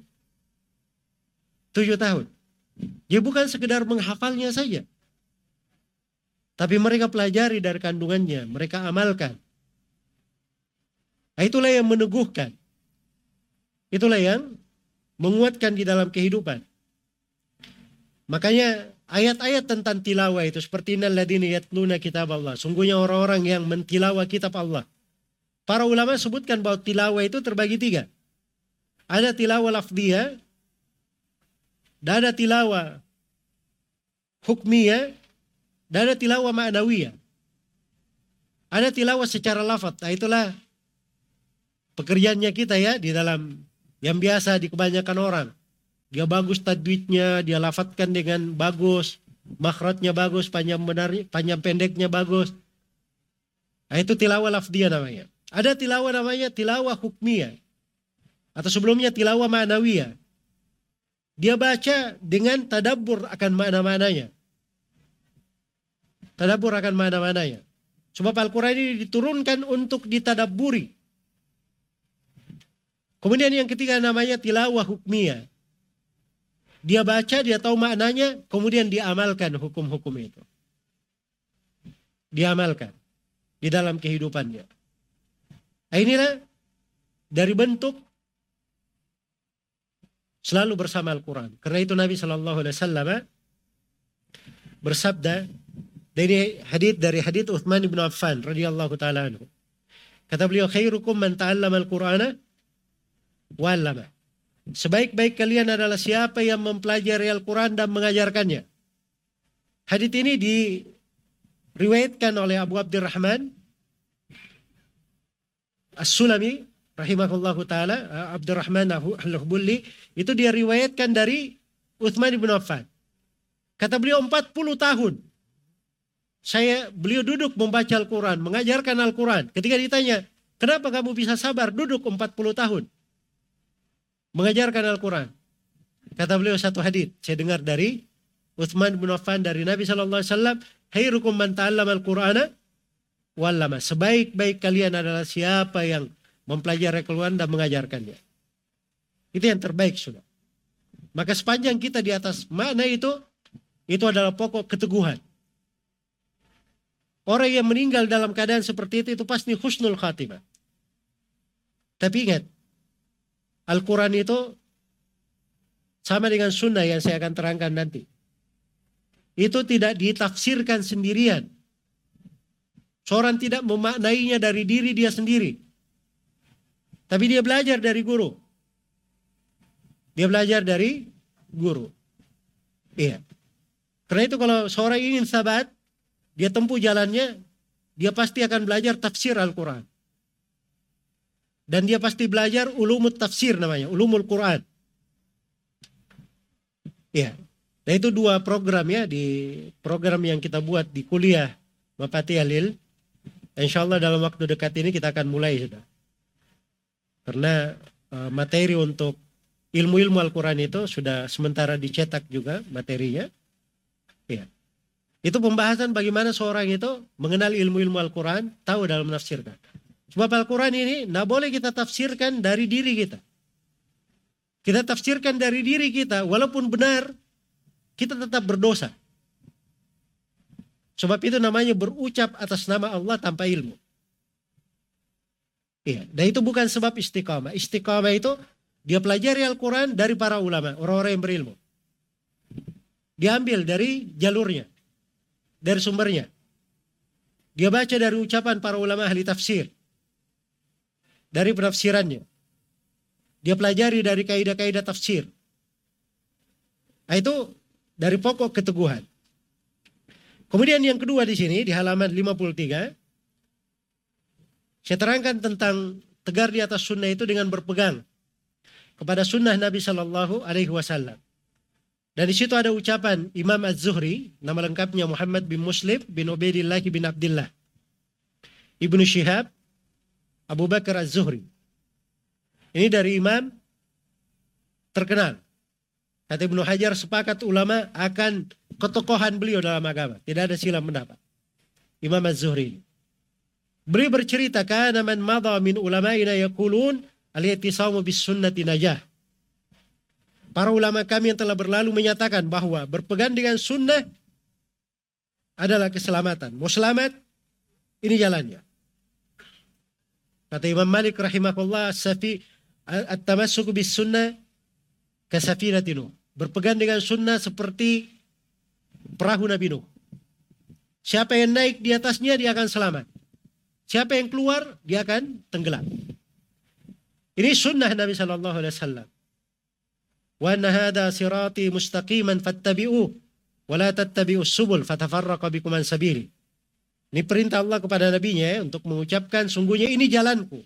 7 tahun. Dia bukan sekedar menghafalnya saja, tapi mereka pelajari dari kandungannya, mereka amalkan. Nah, itulah yang meneguhkan. Itulah yang menguatkan di dalam kehidupan. Makanya ayat-ayat tentang tilawah itu seperti innal ladzina yatluna kitab Allah. Sungguhnya orang-orang yang mentilawah kitab Allah. Para ulama sebutkan bahwa tilawah itu terbagi 3. Ada tilawah lafdiyah, dan ada tilawah hukmiyah, dan ada tilawah ma'nawiyah. Ada tilawah secara lafaz. Nah, itulah pekerjaannya kita ya di dalam yang biasa di kebanyakan orang. Dia bagus tajwidnya, dia lafadzkan dengan bagus, makhrajnya bagus, panjang pendeknya bagus. Nah, itu tilawah lafdiyah namanya. Ada tilawah namanya tilawah hukmiyah. Atau sebelumnya tilawah ma'nawiyah. Dia baca dengan tadabbur akan makna-maknanya. Tadabbur akan makna-maknanya. Sebab Al-Quran ini diturunkan untuk ditadabburi. Kemudian yang ketiga namanya tilawah hukmiyah. Dia baca, dia tahu maknanya, kemudian dia amalkan hukum-hukum itu. Diamalkan di dalam kehidupannya. Nah, inilah dari bentuk selalu bersama Al-Quran. Karena itu Nabi SAW bersabda dari hadits Uthman bin Affan radhiyallahu taala anhu. Kata beliau, khairukum man ta'allama al-Qur'ana wa'allama. Sebaik-baik kalian adalah siapa yang mempelajari Al-Quran dan mengajarkannya. Hadits ini diriwayatkan oleh Abu Abdurrahman As-Sulami rahimahullahu ta'ala, Abdurrahman Al-Hubuli, itu dia riwayatkan dari Uthman bin Affan. Kata beliau 40 tahun beliau duduk membaca Al-Quran, mengajarkan Al-Quran. Ketika ditanya, kenapa kamu bisa sabar duduk 40 tahun mengajarkan Al-Quran? Kata beliau satu hadits, saya dengar dari Uthman bin Affan dari Nabi SAW, khairukum man ta'allama al-Qur'ana wa'allama. Sebaik-baik kalian adalah siapa yang mempelajari Al-Quran dan mengajarkannya. Itu yang terbaik sudah. Maka sepanjang kita di atas makna itu adalah pokok keteguhan. Orang yang meninggal dalam keadaan seperti itu pasti husnul khatimah. Tapi ingat, Al-Quran itu sama dengan sunnah yang saya akan terangkan nanti. Itu tidak ditafsirkan sendirian. Seorang tidak memaknainya dari diri dia sendiri. Tapi dia belajar dari guru. Dia belajar dari guru. Iya. Karena itu kalau seorang ingin sabat, dia tempuh jalannya, dia pasti akan belajar tafsir Al-Quran. Dan dia pasti belajar ulumul tafsir namanya, ulumul Quran. Ya. Nah itu dua program ya, di program yang kita buat di kuliah Mapati Halil. Insyaallah dalam waktu dekat ini kita akan mulai sudah. Karena materi untuk ilmu-ilmu Al-Quran itu sudah sementara dicetak juga materinya. Ya. Itu pembahasan bagaimana seorang itu mengenal ilmu-ilmu Al-Quran, tahu dalam menafsirkan. Sebab Al-Quran ini tidak boleh kita tafsirkan dari diri kita. Kita tafsirkan dari diri kita, walaupun benar, kita tetap berdosa. Sebab itu namanya berucap atas nama Allah tanpa ilmu. Iya, dan itu bukan sebab istiqamah. Istiqamah itu dia pelajari Al-Quran dari para ulama, orang-orang yang berilmu. Diambil dari jalurnya, dari sumbernya. Dia baca dari ucapan para ulama ahli tafsir. Dari penafsirannya. Dia pelajari dari kaidah-kaidah tafsir. Nah, itu dari pokok keteguhan. Kemudian yang kedua di sini di halaman 53, saya terangkan tentang tegar di atas sunnah itu dengan berpegang kepada sunnah Nabi Shallallahu Alaihi Wasallam. Dan di situ ada ucapan Imam Az-Zuhri, nama lengkapnya Muhammad bin Muslim bin Ubaidillah bin Abdullah Ibnu Syihab Abu Bakar Az-Zuhri. Ini dari imam terkenal. Kata Ibnu Hajar, sepakat ulama akan ketokohan beliau dalam agama. Tidak ada silang pendapat. Imam Az-Zuhri. Beliau bercerita, kana man madha min ulama'ina yaqulun al-i'tisamu bis sunnati najah. Para ulama kami yang telah berlalu menyatakan bahwa berpegang dengan sunnah adalah keselamatan. Mau selamat, ini jalannya. Kata Imam Malik rahimahullah, at-tamassuku bis sunnah kasafinatin Nuh. Berpegang dengan sunnah seperti perahu Nabi Nuh. Siapa yang naik di atasnya, dia akan selamat. Siapa yang keluar, dia akan tenggelam. Ini sunnah Nabi sallallahu alaihi wasallam. Wa anna hadha sirati mustaqiman fattabi'uh wa la tattabi'us subul fatafarraqa bikum an sabili. Ini perintah Allah kepada nabinya ya, untuk mengucapkan sungguhnya ini jalanku.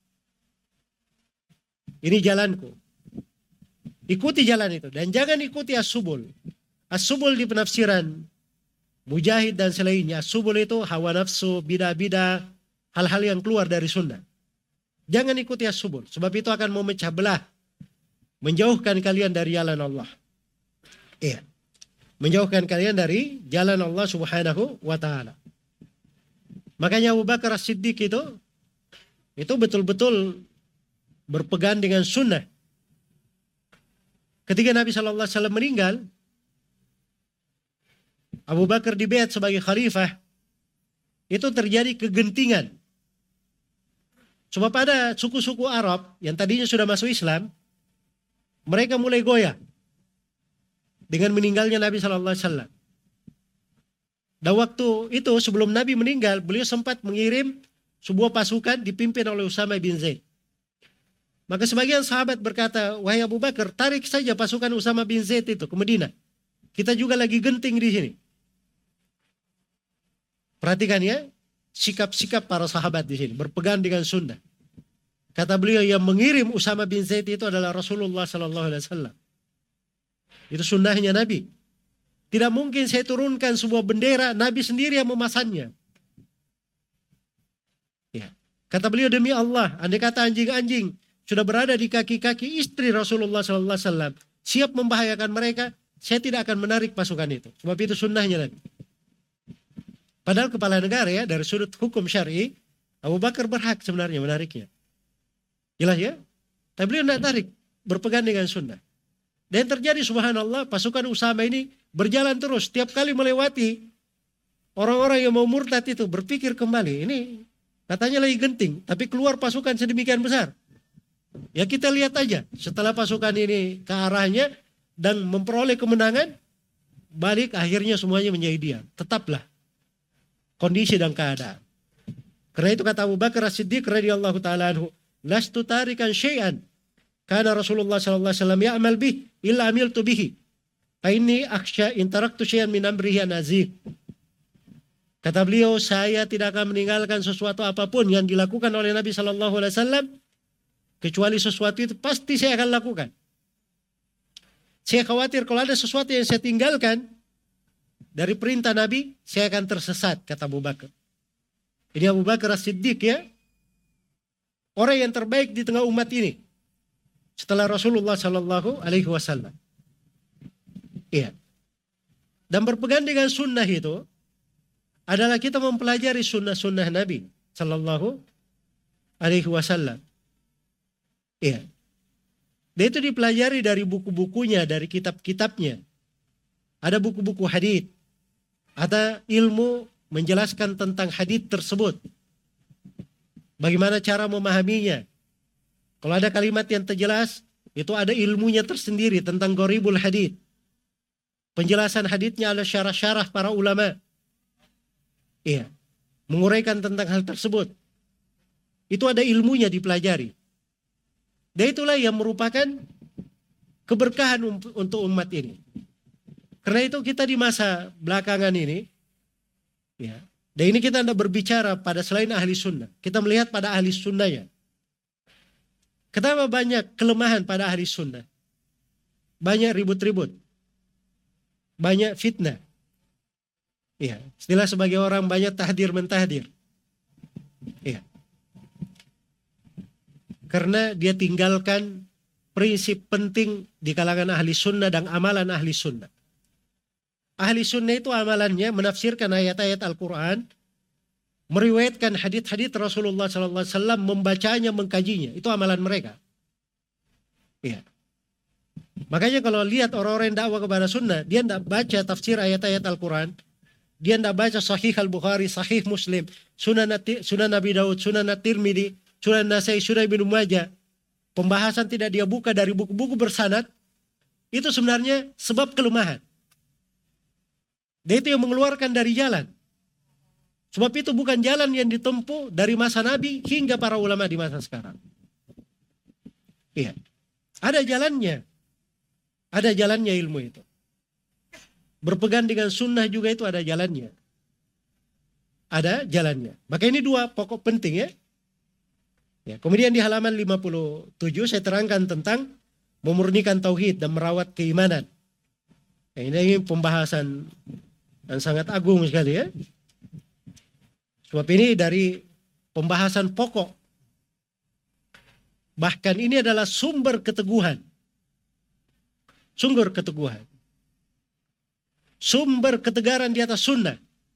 Ini jalanku. Ikuti jalan itu dan jangan ikuti as-subul. As-subul di penafsiran Mujahid dan selainnya, as-subul itu hawa nafsu, bidah-bidah, hal-hal yang keluar dari sunnah. Jangan ikuti as-subul, sebab itu akan memecah belah, menjauhkan kalian dari jalan Allah. Iya. Menjauhkan kalian dari jalan Allah Subhanahu wa taala. Makanya Abu Bakar As-Siddiq itu betul-betul berpegang dengan sunnah. Ketika Nabi sallallahu alaihi wasallam meninggal, Abu Bakar dibayat sebagai khalifah, itu terjadi kegentingan. Sebab ada suku-suku Arab yang tadinya sudah masuk Islam, mereka mulai goyah dengan meninggalnya Nabi sallallahu alaihi wasallam. Dan waktu itu sebelum Nabi meninggal, beliau sempat mengirim sebuah pasukan dipimpin oleh Usama bin Zaid. Maka sebagian sahabat berkata, wahai Abu Bakar, tarik saja pasukan Usama bin Zaid itu ke Madinah. Kita juga lagi genting di sini. Perhatikan ya, sikap-sikap para sahabat di sini, berpegang dengan sunnah. Kata beliau, yang mengirim Usama bin Zaid itu adalah Rasulullah Sallallahu Alaihi Wasallam. Itu sunnahnya Nabi. Tidak mungkin saya turunkan sebuah bendera, Nabi sendiri yang memasangnya. Ya. Kata beliau, demi Allah, andai kata anjing-anjing sudah berada di kaki-kaki istri Rasulullah Sallallahu Alaihi Wasallam, siap membahayakan mereka, saya tidak akan menarik pasukan itu. Sebab itu sunnahnya Nabi. Padahal kepala negara ya, dari sudut hukum syar'i, Abu Bakar berhak sebenarnya menariknya. Jelas ya? Tapi beliau tidak tarik, berpegang dengan sunnah. Dan terjadi subhanallah, pasukan Usama ini berjalan terus. Tiap kali melewati orang-orang yang mau murtad itu berpikir kembali. Ini katanya lagi genting, tapi keluar pasukan sedemikian besar. Ya kita lihat aja, setelah pasukan ini ke arahnya dan memperoleh kemenangan, balik akhirnya semuanya menjadi diam. Tetaplah kondisi dan keadaan. Karena itu kata Abu Bakar As-Siddiq radhiyallahu taala anhu, lastu tarikan syai'an kana Rasulullah sallallahu alaihi wasallam ya'mal bih illa amiltu bihi. Fa inni akhsha in taraktu syai'an min amrihi an azigh. Kata beliau, saya tidak akan meninggalkan sesuatu apapun yang dilakukan oleh Nabi sallallahu alaihi wasallam kecuali sesuatu itu pasti saya akan lakukan. Saya khawatir kalau ada sesuatu yang saya tinggalkan dari perintah Nabi, saya akan tersesat, kata Abu Bakar. Ini Abu Bakar As-Siddiq ya. Orang yang terbaik di tengah umat ini. Setelah Rasulullah Sallallahu Alaihi Wasallam. Iya. Dan berpegang dengan sunnah itu adalah kita mempelajari sunnah-sunnah Nabi Sallallahu Alaihi Wasallam. Iya. Dia itu dipelajari dari buku-bukunya, dari kitab-kitabnya. Ada buku-buku hadits. Ada ilmu menjelaskan tentang hadits tersebut. Bagaimana cara memahaminya. Kalau ada kalimat yang terjelas, itu ada ilmunya tersendiri tentang gharibul hadits. Penjelasan haditsnya ada syarah-syarah para ulama. Iya. Menguraikan tentang hal tersebut. Itu ada ilmunya dipelajari. Dan itulah yang merupakan keberkahan untuk umat ini. Karena itu kita di masa belakangan ini, ya, dan ini kita tidak berbicara pada selain ahli sunnah. Kita melihat pada ahli sunnahnya. Kenapa banyak kelemahan pada ahli sunnah? Banyak ribut-ribut. Banyak fitnah. Ya, istilah sebagai orang banyak tahdir mentahdir. Ya. Karena dia tinggalkan prinsip penting di kalangan ahli sunnah dan amalan ahli sunnah. Ahli sunnah itu amalannya menafsirkan ayat-ayat Al-Quran, meriwayatkan hadits-hadits Rasulullah SAW, membacanya, mengkajinya. Itu amalan mereka. Ya. Makanya kalau lihat orang-orang yang dakwah kepada sunnah, dia tidak baca tafsir ayat-ayat Al-Quran, dia tidak baca Sahih Al-Bukhari, Sahih Muslim, Sunan Nabi Daud, Sunan At-Tirmidzi, Sunan Nasai, Sunan Ibnu Majah, pembahasan tidak dia buka dari buku-buku bersanad, itu sebenarnya sebab kelemahan. Dia itu yang mengeluarkan dari jalan. Sebab itu bukan jalan yang ditempuh dari masa Nabi hingga para ulama di masa sekarang. Iya. Ada jalannya. Ada jalannya ilmu itu. Berpegang dengan sunnah juga itu ada jalannya. Ada jalannya. Maka ini dua pokok penting ya. Ya, kemudian di halaman 57 saya terangkan tentang memurnikan tauhid dan merawat keimanan. Ya, ini pembahasan yang sangat agung sekali ya. Sebab ini dari pembahasan pokok. Bahkan ini adalah sumber keteguhan. Sumber keteguhan. Sumber ketegaran di atas sunnah.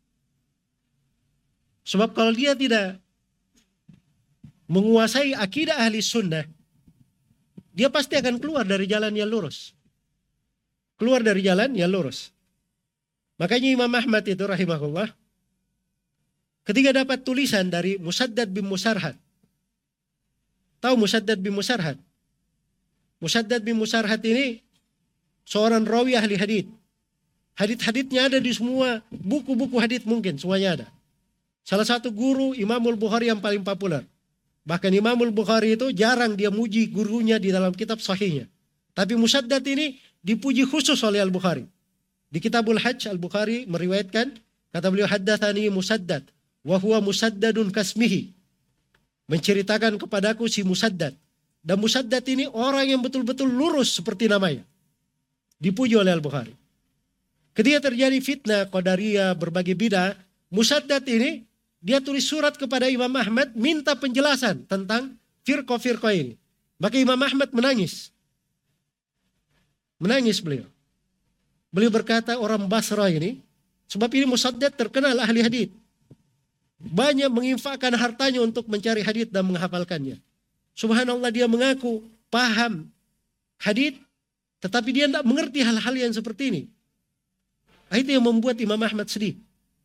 Sebab kalau dia tidak menguasai akidah ahli sunnah, dia pasti akan keluar dari jalan yang lurus. Keluar dari jalan yang lurus. Makanya Imam Ahmad itu rahimahullah, ketika dapat tulisan dari Musaddad bin Musarhad. Tahu Musaddad bin Musarhad? Musaddad bin Musarhad ini seorang rawi ahli hadits. Hadits-haditsnya ada di semua buku-buku hadits mungkin, semuanya ada. Salah satu guru Imamul Bukhari yang paling populer. Bahkan Imamul Bukhari itu jarang dia muji gurunya di dalam kitab sahihnya. Tapi Musaddad ini dipuji khusus oleh Al-Bukhari. Di Kitabul Hajj Al-Bukhari meriwayatkan, kata beliau, haddatsani Musaddad wa huwa musaddadun kasmihi. Menceritakan kepadaku si Musaddad. Dan Musaddad ini orang yang betul-betul lurus seperti namanya. Dipuji oleh Al-Bukhari. Ketika terjadi fitnah Qadariyah, berbagai bidah, Musaddad ini dia tulis surat kepada Imam Ahmad minta penjelasan tentang firqah-firqah ini. Maka Imam Ahmad menangis. Menangis beliau. Beliau berkata, orang Basrah ini, sebab ini Musaddad terkenal ahli hadits, banyak menginfakkan hartanya untuk mencari hadits dan menghafalkannya. Subhanallah, dia mengaku paham hadits, tetapi dia tidak mengerti hal-hal yang seperti ini. Itu yang membuat Imam Ahmad sedih.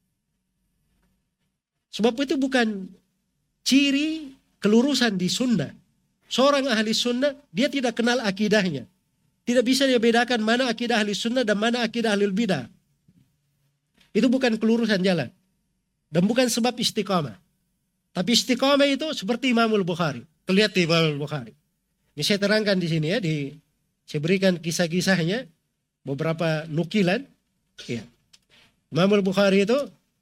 Sebab itu bukan ciri kelurusan di sunnah. Seorang ahli sunnah, dia tidak kenal akidahnya. Tidak bisa dia bedakan mana akidah ahli sunnah dan mana akidah ahli bidah. Itu bukan kelurusan jalan. Dan bukan sebab istiqamah. Tapi istiqamah itu seperti Imamul Bukhari. Terlihat di Imamul Bukhari. Ini saya terangkan di sini ya. Saya berikan kisah-kisahnya. Beberapa nukilan. Ya. Imamul Bukhari itu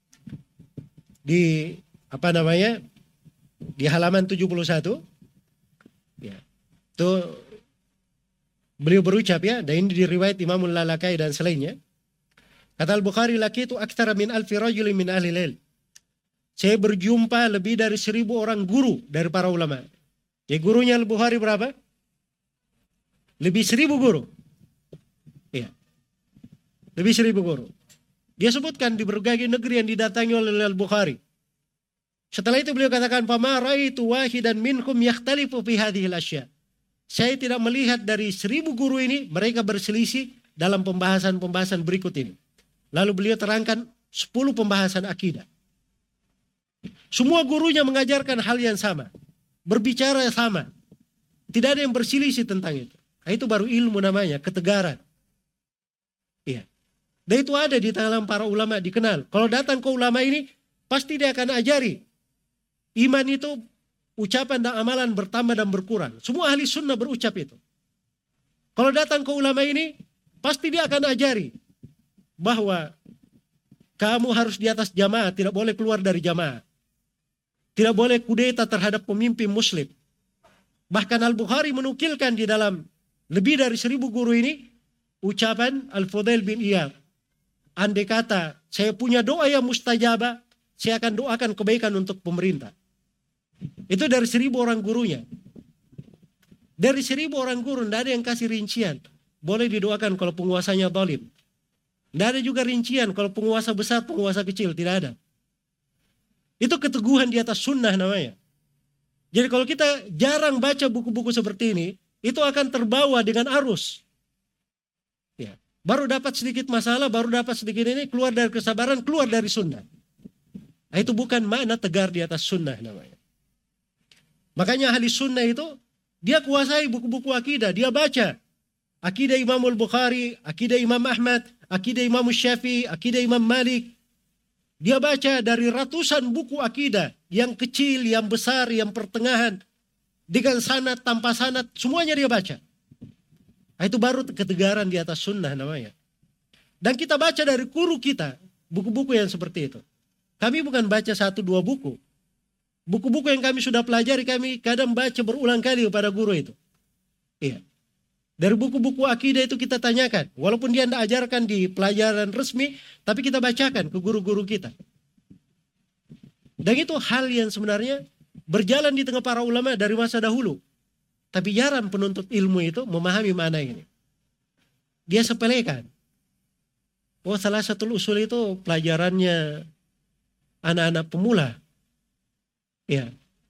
di di halaman 71 ya, itu beliau berucap ya, dan ini diriwayat Imamul Lalakai dan selainnya. Kata Al-Bukhari, laki itu aktsara min alfi rajulin min ahli lail. Saya berjumpa lebih dari 1000 orang guru dari para ulama. Ya, gurunya Al-Bukhari berapa? Lebih 1000 guru. Ya. Lebih 1000 guru. Dia sebutkan di berbagai negeri yang didatangi oleh Al-Bukhari. Setelah itu beliau katakan, "Fama ra'aitu wahidan minhum yakhtalifu fi hadhil asya." Saya tidak melihat dari 1000 guru ini mereka berselisih dalam pembahasan-pembahasan berikut ini. Lalu beliau terangkan 10 pembahasan akidah. Semua gurunya mengajarkan hal yang sama, berbicara sama. Tidak ada yang berselisih tentang itu. Itu baru ilmu namanya, ketegaran. Iya. Dan itu ada di dalam para ulama dikenal. Kalau datang ke ulama ini, pasti dia akan ajari. Iman itu ucapan dan amalan bertambah dan berkurang. Semua ahli sunnah berucap itu. Kalau datang ke ulama ini, pasti dia akan ajari bahwa kamu harus di atas jamaah, tidak boleh keluar dari jamaah. Tidak boleh kudeta terhadap pemimpin muslim. Bahkan Al-Bukhari menukilkan di dalam lebih dari 1000 guru ini, ucapan Al-Fudail bin Iyad. Andai kata saya punya doa yang mustajabah, saya akan doakan kebaikan untuk pemerintah. Itu dari 1000 orang gurunya. Dari 1000 orang guru, tidak ada yang kasih rincian. Boleh didoakan kalau penguasanya zalim. Tidak ada juga rincian kalau penguasa besar, penguasa kecil. Tidak ada. Itu keteguhan di atas sunnah namanya. Jadi kalau kita jarang baca buku-buku seperti ini, itu akan terbawa dengan arus. Ya. Baru dapat sedikit masalah, baru dapat sedikit ini, keluar dari kesabaran, keluar dari sunnah. Nah, itu bukan makna tegar di atas sunnah namanya. Makanya ahli sunnah itu, dia kuasai buku-buku akidah, dia baca. Akidah Imamul Bukhari, akidah Imam Ahmad, akidah Imam Syafi'i, akidah Imam Malik. Dia baca dari ratusan buku akidah, yang kecil, yang besar, yang pertengahan, dengan sanad, tanpa sanad, semuanya dia baca. Nah, itu baru ketegaran di atas sunnah namanya. Dan kita baca dari guru kita, buku-buku yang seperti itu. Kami bukan baca 1-2 buku. Buku-buku yang kami sudah pelajari, kami kadang baca berulang kali kepada guru itu. Iya. Dari buku-buku akidah itu kita tanyakan. Walaupun dia tidak ajarkan di pelajaran resmi, tapi kita bacakan ke guru-guru kita. Dan itu hal yang sebenarnya berjalan di tengah para ulama dari masa dahulu. Tapi jarang penuntut ilmu itu memahami mana ini. Dia sepelekan. Oh, salah satu usul itu pelajarannya anak-anak pemula. Ya.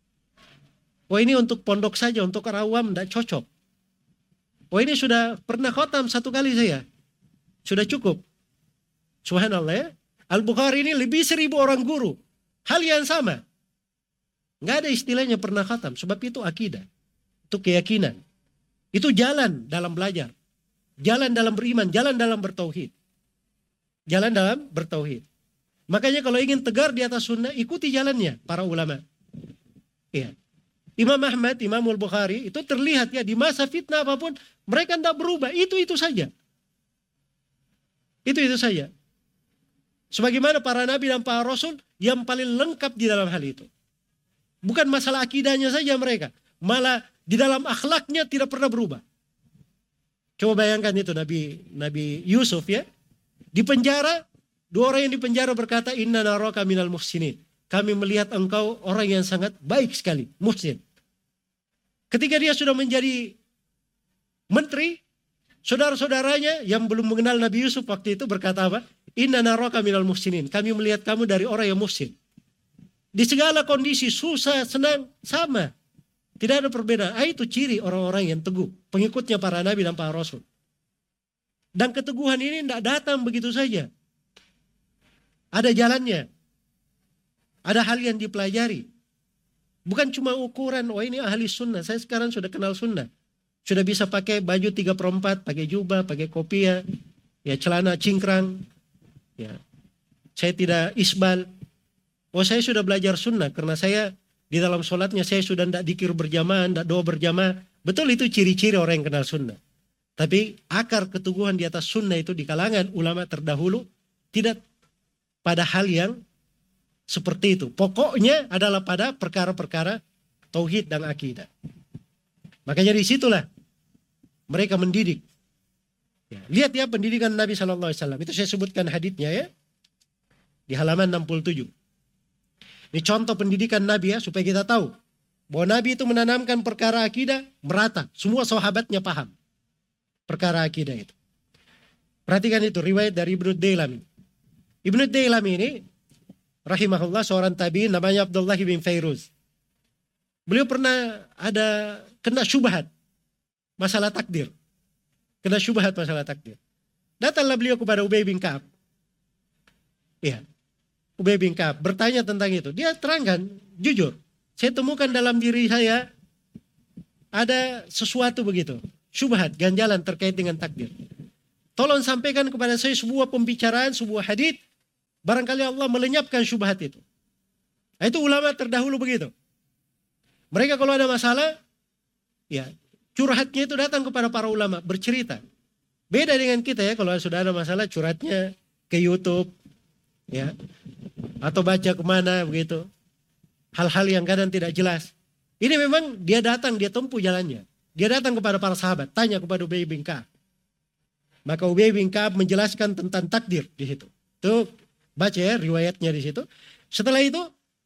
Oh, ini untuk pondok saja, untuk orang awam tidak cocok. Oh, ini sudah pernah khotam 1 kali saya. Sudah cukup. Subhanallah ya. Al-Bukhari ini lebih 1000 orang guru. Hal yang sama. Nggak ada istilahnya pernah khatam. Sebab itu akidah. Itu keyakinan. Itu jalan dalam belajar. Jalan dalam beriman. Jalan dalam bertauhid. Jalan dalam bertauhid. Makanya kalau ingin tegar di atas sunnah, ikuti jalannya para ulama. Iya. Imam Ahmad, Imamul Bukhari itu terlihat ya di masa fitnah apapun mereka tidak berubah. Itu saja. Itu saja. Sebagaimana para nabi dan para rasul yang paling lengkap di dalam hal itu. Bukan masalah akidahnya saja mereka. Malah di dalam akhlaknya tidak pernah berubah. Coba bayangkan itu Nabi Yusuf ya. Di penjara, dua orang yang di penjara berkata, "Inna naraka minal muhsinin." Kami melihat engkau orang yang sangat baik sekali, muhsin. Ketika dia sudah menjadi menteri, saudara-saudaranya yang belum mengenal Nabi Yusuf waktu itu berkata apa? "Inna naraka minal muhsinin." Kami melihat kamu dari orang yang muhsin. Di segala kondisi, susah, senang, sama. Tidak ada perbedaan. Itu ciri orang-orang yang teguh. Pengikutnya para nabi dan para rasul. Dan keteguhan ini tidak datang begitu saja. Ada jalannya. Ada hal yang dipelajari. Bukan cuma ukuran, ini ahli sunnah. Saya sekarang sudah kenal sunnah. Sudah bisa pakai baju 3/4, pakai jubah, pakai kopiah, ya celana cingkrang. Ya. Saya tidak isbal. Saya sudah belajar sunnah karena saya di dalam sholatnya saya sudah tidak dikir berjamaah, tidak doa berjamaah. Betul itu ciri-ciri orang yang kenal sunnah. Tapi akar keteguhan di atas sunnah itu di kalangan ulama terdahulu tidak pada hal yang seperti itu. Pokoknya adalah pada perkara-perkara tauhid dan akidah. Makanya disitulah mereka mendidik. Ya, lihat ya pendidikan Nabi SAW. Itu saya sebutkan haditsnya ya. Di halaman 67. Ini contoh pendidikan Nabi ya supaya kita tahu. Bahwa Nabi itu menanamkan perkara akidah merata. Semua sahabatnya paham. Perkara akidah itu. Perhatikan itu riwayat dari Ibnu Dailami. Ibnu Dailami ini rahimahullah seorang tabi'in namanya Abdullah bin Fairuz. Beliau pernah ada kena syubhat masalah takdir. Kena syubhat masalah takdir. Datanglah beliau kepada Ubay bin Ka'ab. Iya. Ubay bin Ka'ab bertanya tentang itu. Dia terangkan, jujur. Saya temukan dalam diri saya ada sesuatu begitu. Syubhat, ganjalan terkait dengan takdir. Tolong sampaikan kepada saya sebuah pembicaraan, sebuah hadits. Barangkali Allah melenyapkan syubhat itu. Nah, itu ulama terdahulu begitu. Mereka kalau ada masalah, ya curhatnya itu datang kepada para ulama, bercerita. Beda dengan kita ya, kalau sudah ada masalah curhatnya ke YouTube, ya, atau baca kemana begitu. Hal-hal yang kadang tidak jelas. Ini memang dia datang, dia tempuh jalannya. Dia datang kepada para sahabat, tanya kepada Ubay bin Ka'ab. Maka Ubay bin Ka'ab menjelaskan tentang takdir di situ. Tuh baca ya riwayatnya di situ. Setelah itu,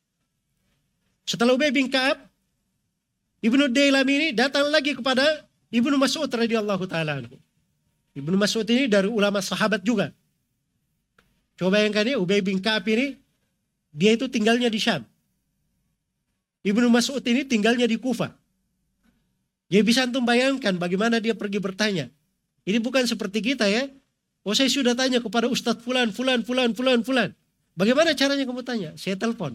setelah Ubay bin Ka'ab, Ibnu Dailami ini datang lagi kepada Ibnu Mas'ud radhiyallahu taala anhu. Ibnu Mas'ud ini dari ulama sahabat juga. Coba bayangkan ya, Ubay bin Ka'ab ini dia itu tinggalnya di Syam. Ibnu Mas'ud ini tinggalnya di Kufah. Dia bisa antum bayangkan bagaimana dia pergi bertanya. Ini bukan seperti kita ya. Saya sudah tanya kepada Ustadz fulan. Bagaimana caranya kamu tanya? Saya telepon.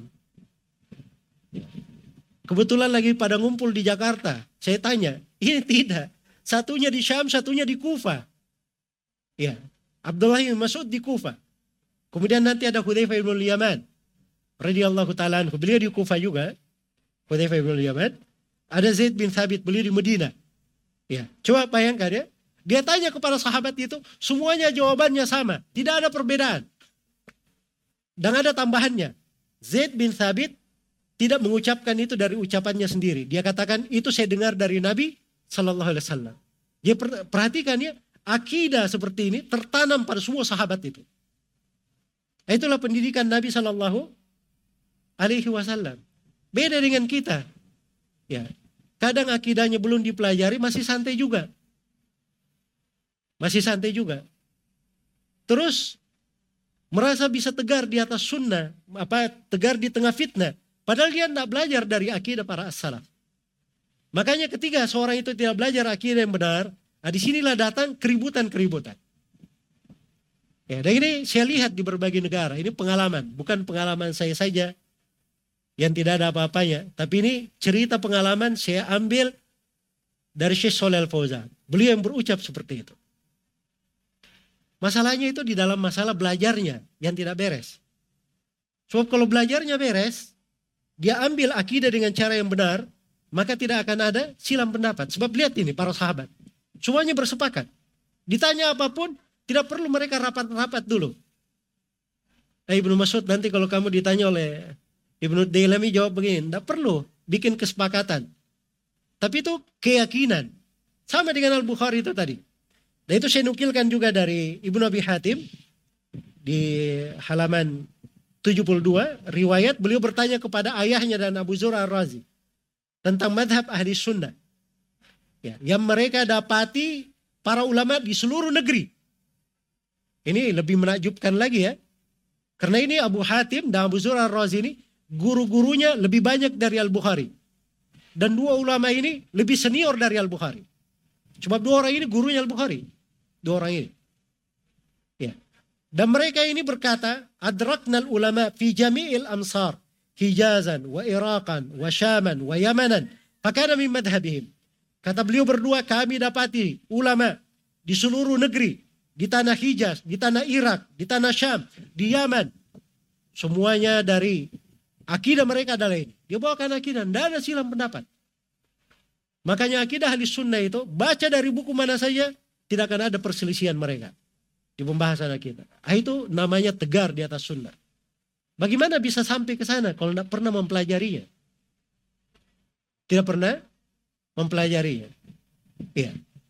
Kebetulan lagi pada ngumpul di Jakarta. Saya tanya. Ini tidak. Satunya di Syam, satunya di Kufah. Ya. Abdullah bin Mas'ud di Kufah. Kemudian nanti ada Hudzaifah bin Yaman radhiyallahu taala anhu. Beliau di Kufah juga. Hudzaifah bin Yaman. Ada Zaid bin Thabit, beliau di Madinah. Ya. Coba bayangkan ya. Dia tanya kepada sahabat itu, semuanya jawabannya sama. Tidak ada perbedaan. Dan ada tambahannya. Zaid bin Thabit tidak mengucapkan itu dari ucapannya sendiri. Dia katakan, itu saya dengar dari Nabi Sallallahu Alaihi Wasallam. Dia perhatikan ya, akidah seperti ini tertanam pada semua sahabat itu. Itulah pendidikan Nabi Sallallahu Alaihi Wasallam. Beda dengan kita. Ya, kadang akidahnya belum dipelajari, masih santai juga. Masih santai juga. Terus merasa bisa tegar di atas sunnah, tegar di tengah fitnah. Padahal dia tidak belajar dari akidah para as-salaf. Makanya ketika seorang itu tidak belajar akidah yang benar, disinilah datang keributan-keributan. Ya, dan ini saya lihat di berbagai negara. Ini pengalaman, bukan pengalaman saya saja yang tidak ada apa-apanya. Tapi ini cerita pengalaman saya ambil dari Syekh Shalih Al Fauzan. Beliau yang berucap seperti itu. Masalahnya itu di dalam masalah belajarnya yang tidak beres. Sebab kalau belajarnya beres, dia ambil akidah dengan cara yang benar, maka tidak akan ada silang pendapat. Sebab lihat ini para sahabat, semuanya bersepakat. Ditanya apapun, tidak perlu mereka rapat-rapat dulu. Ibnu Mas'ud nanti kalau kamu ditanya oleh Ibnu Dailami jawab begini, tidak perlu bikin kesepakatan. Tapi itu keyakinan. Sama dengan Al-Bukhari itu tadi. Dan itu saya nukilkan juga dari Ibnu Abi Hatim di halaman 72, riwayat beliau bertanya kepada ayahnya dan Abu Zur'ah Ar-Razi tentang madhab ahli sunnah. Ya, yang mereka dapati para ulama di seluruh negeri. Ini lebih menakjubkan lagi ya. Karena ini Abu Hatim dan Abu Zur'ah Ar-Razi ini guru-gurunya lebih banyak dari Al-Bukhari. Dan dua ulama ini lebih senior dari Al-Bukhari. Sebab dua orang ini gurunya Al-Bukhari. Dua orang ini. Ya. Dan mereka ini berkata, adraknal ulama fi jami'il amsar, Hijazan, wa Iraqan, wa Syaman, wa Yamanan, fakana min madhabihim. Kata beliau berdua, kami dapati ulama di seluruh negeri, di tanah Hijaz, di tanah Irak, di tanah Syam, di Yaman. Semuanya dari akidah mereka adalah ini. Dia bawakan akidah, tidak ada silang pendapat. Makanya akidah ahli sunnah itu, baca dari buku mana saja, tidak akan ada perselisihan mereka di pembahasan akidah. Itu namanya tegar di atas sunnah. Bagaimana bisa sampai ke sana kalau tidak pernah mempelajarinya? Tidak pernah mempelajarinya. Iya.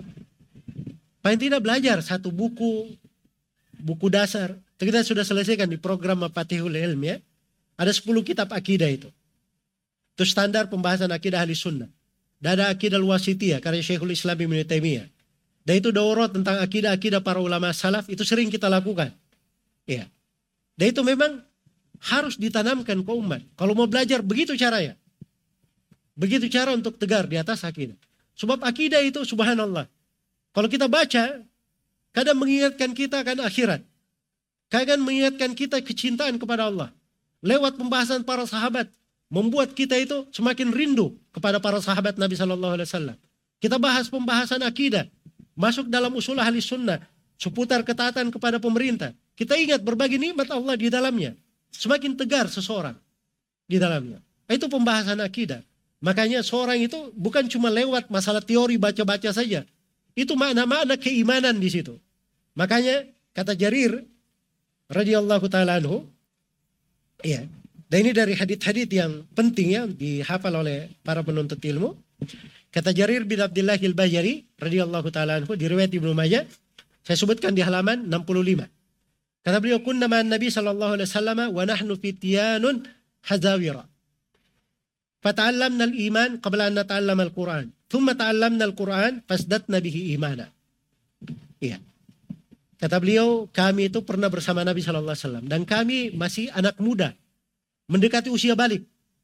Paling tidak belajar satu buku dasar. Kita sudah selesaikan di program Mafatihul Ilm ya. Ada 10 kitab akidah itu. Itu standar pembahasan akidah ahli sunnah. Dan ada akidah al-wasitiyah karya Syekhul Islam Ibnu Taimiyah. Dan itu daurah tentang akidah-akidah para ulama salaf itu sering kita lakukan. Ya. Dan itu memang harus ditanamkan ke umat. Kalau mau belajar begitu caranya. Begitu cara untuk tegar di atas akidah. Sebab akidah itu subhanallah. Kalau kita baca, kadang mengingatkan kita akan akhirat. Kadang mengingatkan kita kecintaan kepada Allah. Lewat pembahasan para sahabat. Membuat kita itu semakin rindu kepada para sahabat Nabi SAW. Kita bahas pembahasan akidah. Masuk dalam usul ahli sunnah. Seputar ketaatan kepada pemerintah. Kita ingat berbagai nikmat Allah di dalamnya. Semakin tegar seseorang di dalamnya. Itu pembahasan akidah. Makanya seorang itu bukan cuma lewat masalah teori baca-baca saja. Itu makna-makna keimanan di situ. Makanya kata Jarir radhiyallahu taala anhu, ya. Dan ini dari hadits-hadits yang penting ya dihafal oleh para penuntut ilmu. Kata Jarir bin Abdullah al-Bajali radhiyallahu taala anhu di riwayat Ibnu Majah, saya sebutkan di halaman 65. Kata beliau, kunna ma'an Nabi sallallahu alaihi wasallam wa nahnu fityanun hazawira. Fata'allamna al-iman qabla an nata'allama al-Qur'an. Thumma ta'allamna al-Qur'an fasdatna bihi imana. Iya. Kata beliau, kami itu pernah bersama Nabi sallallahu alaihi wasallam dan kami masih anak muda, mendekati usia balik.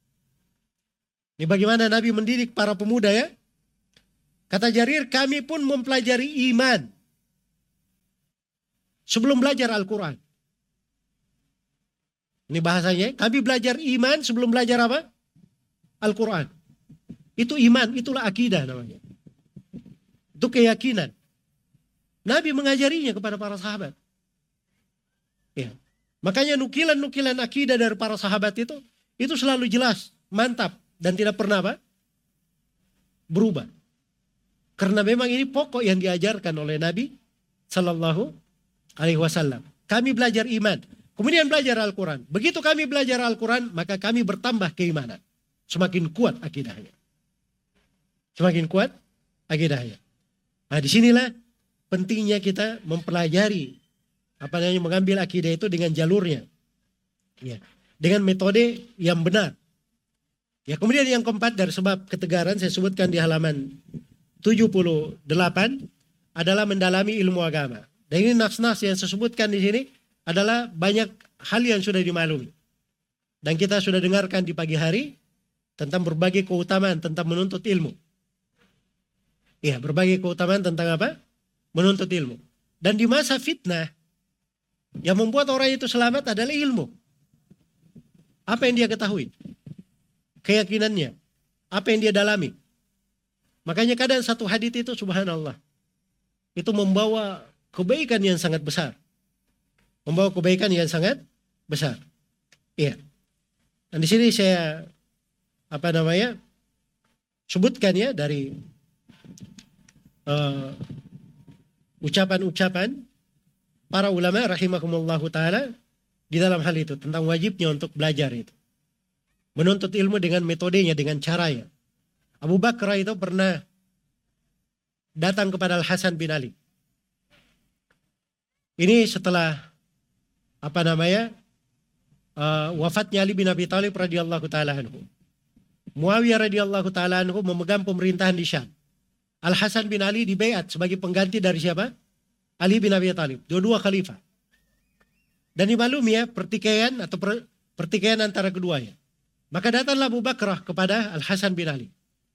Ini bagaimana Nabi mendidik para pemuda ya? Kata Jarir, kami pun mempelajari iman sebelum belajar Al-Quran. Ini bahasanya, kami belajar iman sebelum belajar apa? Al-Quran. Itu iman, itulah akidah namanya. Itu keyakinan. Nabi mengajarinya kepada para sahabat. Ya. Makanya nukilan-nukilan akidah dari para sahabat itu selalu jelas, mantap, dan tidak pernah apa? Berubah. Karena memang ini pokok yang diajarkan oleh Nabi Sallallahu Alaihi Wasallam. Kami belajar iman, kemudian belajar Al-Quran. Begitu kami belajar Al-Quran, maka kami bertambah keimanan. Semakin kuat akidahnya. Semakin kuat akidahnya. Nah disinilah pentingnya kita mempelajari mengambil akidah itu dengan jalurnya. Ya, dengan metode yang benar. Ya, kemudian yang keempat dari sebab ketegaran saya sebutkan di halaman 78 adalah mendalami ilmu agama. Dan ini nas-nas yang saya sebutkan di sini adalah banyak hal yang sudah dimaklumi. Dan kita sudah dengarkan di pagi hari tentang berbagai keutamaan tentang menuntut ilmu. Ya, berbagai keutamaan tentang apa? Menuntut ilmu. Dan di masa fitnah, yang membuat orang itu selamat adalah ilmu. Apa yang dia ketahui? Keyakinannya. Apa yang dia dalami? Makanya kadang satu hadits itu subhanallah. Itu membawa kebaikan yang sangat besar. Membawa kebaikan yang sangat besar. Iya. Dan di sini saya sebutkan ya dari ucapan-ucapan para ulama rahimahumullahu ta'ala di dalam hal itu, tentang wajibnya untuk belajar itu. Menuntut ilmu dengan metodenya, dengan caranya. Abu Bakar itu pernah datang kepada Al-Hasan bin Ali. Ini setelah wafatnya Ali bin Abi Thalib radhiyallahu taala anhu. Muawiyah radhiyallahu taala anhu memegang pemerintahan di Syam. Al-Hasan bin Ali dibaiat sebagai pengganti dari siapa? Ali bin Abi Thalib, dua-dua khalifah. Dan dimaklumi ya pertikaian atau pertikaian antara keduanya. Maka datanglah Abu Bakar kepada Al-Hasan bin Ali.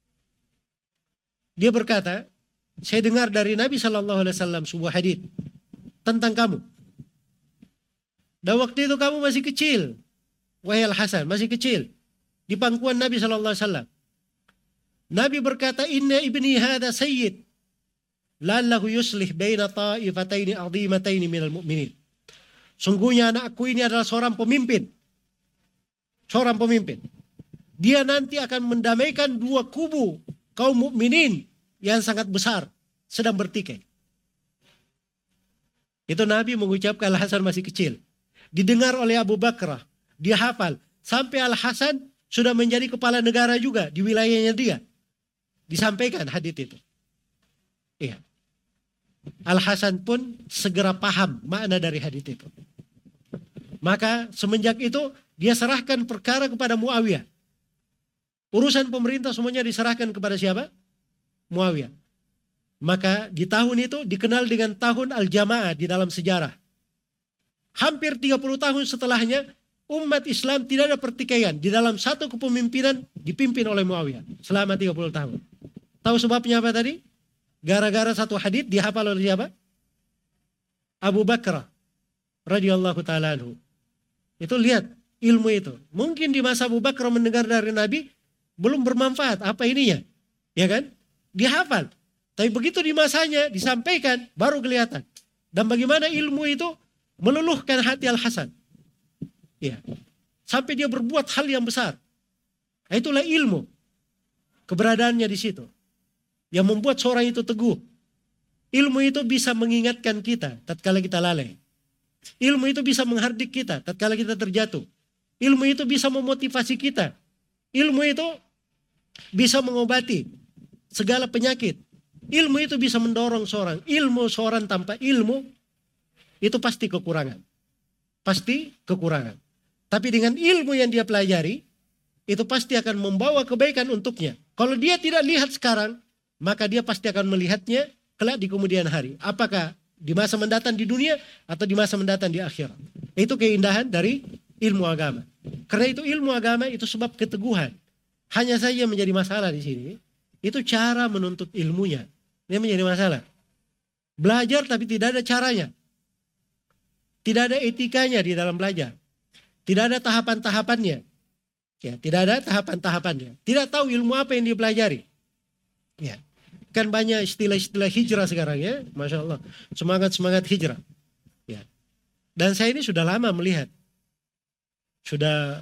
Dia berkata, saya dengar dari Nabi SAW sebuah hadits tentang kamu. Dan waktu itu kamu masih kecil, wahai Al-Hasan, masih kecil. Di pangkuan Nabi SAW. Nabi berkata, inna ibni hadha sayyid, la'allahu yuslih baina ta'ifataini azimataini minal mu'minin. Sungguhnya anakku ini adalah seorang pemimpin. Seorang pemimpin. Dia nanti akan mendamaikan dua kubu kaum mukminin yang sangat besar sedang bertikai. Itu Nabi mengucapkan, Al-Hasan masih kecil. Didengar oleh Abu Bakar. Dia hafal. Sampai Al-Hasan sudah menjadi kepala negara juga di wilayahnya dia. Disampaikan hadits itu. Iya. Al-Hasan pun segera paham makna dari hadits itu. Maka semenjak itu dia serahkan perkara kepada Muawiyah. Urusan pemerintah semuanya diserahkan kepada siapa? Muawiyah. Maka di tahun itu dikenal dengan tahun Al-Jamaah di dalam sejarah. Hampir 30 tahun setelahnya umat Islam tidak ada pertikaian di dalam satu kepemimpinan dipimpin oleh Muawiyah selama 30 tahun. Tahu sebabnya apa tadi? Gara-gara satu hadits dihafal oleh siapa? Abu Bakar radhiyallahu taala anhu. Itu lihat ilmu itu. Mungkin di masa Abu Bakar mendengar dari Nabi belum bermanfaat apa ininya. Ya kan? Dihafal. Tapi begitu di masanya disampaikan baru kelihatan. Dan bagaimana ilmu itu meluluhkan hati Al-Hasan. Ya. Sampai dia berbuat hal yang besar. Itulah ilmu. Keberadaannya di situ. Yang membuat seorang itu teguh. Ilmu itu bisa mengingatkan kita tatkala kita lalai. Ilmu itu bisa menghardik kita tatkala kita terjatuh. Ilmu itu bisa memotivasi kita. Ilmu itu bisa mengobati segala penyakit. Ilmu itu bisa mendorong seorang. Ilmu seorang tanpa ilmu itu pasti kekurangan. Pasti kekurangan. Tapi dengan ilmu yang dia pelajari itu pasti akan membawa kebaikan untuknya. Kalau dia tidak lihat sekarang, maka dia pasti akan melihatnya kelak di kemudian hari. Apakah di masa mendatang di dunia atau di masa mendatang di akhirat. Itu keindahan dari ilmu agama. Karena itu ilmu agama itu sebab keteguhan. Hanya saja menjadi masalah di sini. Itu cara menuntut ilmunya. Ini menjadi masalah. Belajar tapi tidak ada caranya. Tidak ada etikanya di dalam belajar. Tidak ada tahapan-tahapannya. Ya, tidak ada tahapan-tahapannya. Tidak tahu ilmu apa yang dipelajari. Ya. Kan banyak istilah-istilah hijrah sekarang ya. Masya Allah. Semangat-semangat hijrah. Ya. Dan saya ini sudah lama melihat. Sudah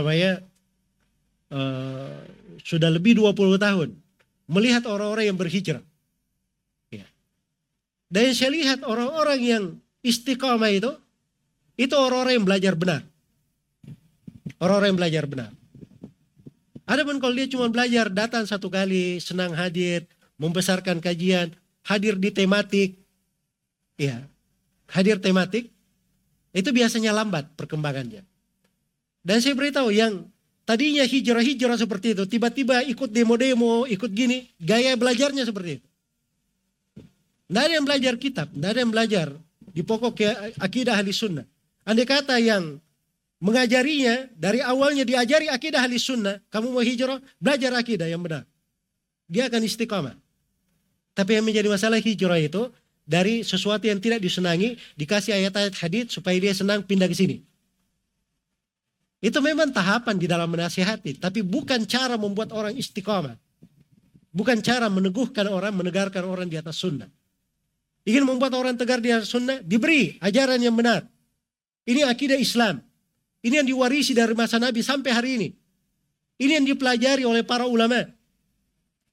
sudah lebih 20 tahun. Melihat orang-orang yang berhijrah. Ya. Dan saya lihat orang-orang yang istiqamah itu orang-orang yang belajar benar. Orang-orang yang belajar benar. Adapun kalau dia cuma belajar, datang satu kali, senang hadir, membesarkan kajian, hadir di tematik, ya, hadir tematik, itu biasanya lambat perkembangannya. Dan saya beritahu yang tadinya hijrah-hijrah seperti itu, tiba-tiba ikut demo-demo, ikut gini, gaya belajarnya seperti itu. Tidak ada yang belajar kitab, tidak ada yang belajar di pokok akidah ahli sunnah. Andai kata yang mengajarinya dari awalnya diajari akidah ahli sunnah, kamu mau hijrah, belajar akidah yang benar. Dia akan istiqamah. Tapi yang menjadi masalah hijrah itu dari sesuatu yang tidak disenangi, dikasih ayat-ayat hadits supaya dia senang pindah ke sini. Itu memang tahapan di dalam menasihati, tapi bukan cara membuat orang istiqamah. Bukan cara meneguhkan orang, menegarkan orang di atas sunnah. Ingin membuat orang tegar di atas sunnah, diberi ajaran yang benar. Ini akidah Islam. Ini yang diwarisi dari masa Nabi sampai hari ini. Ini yang dipelajari oleh para ulama.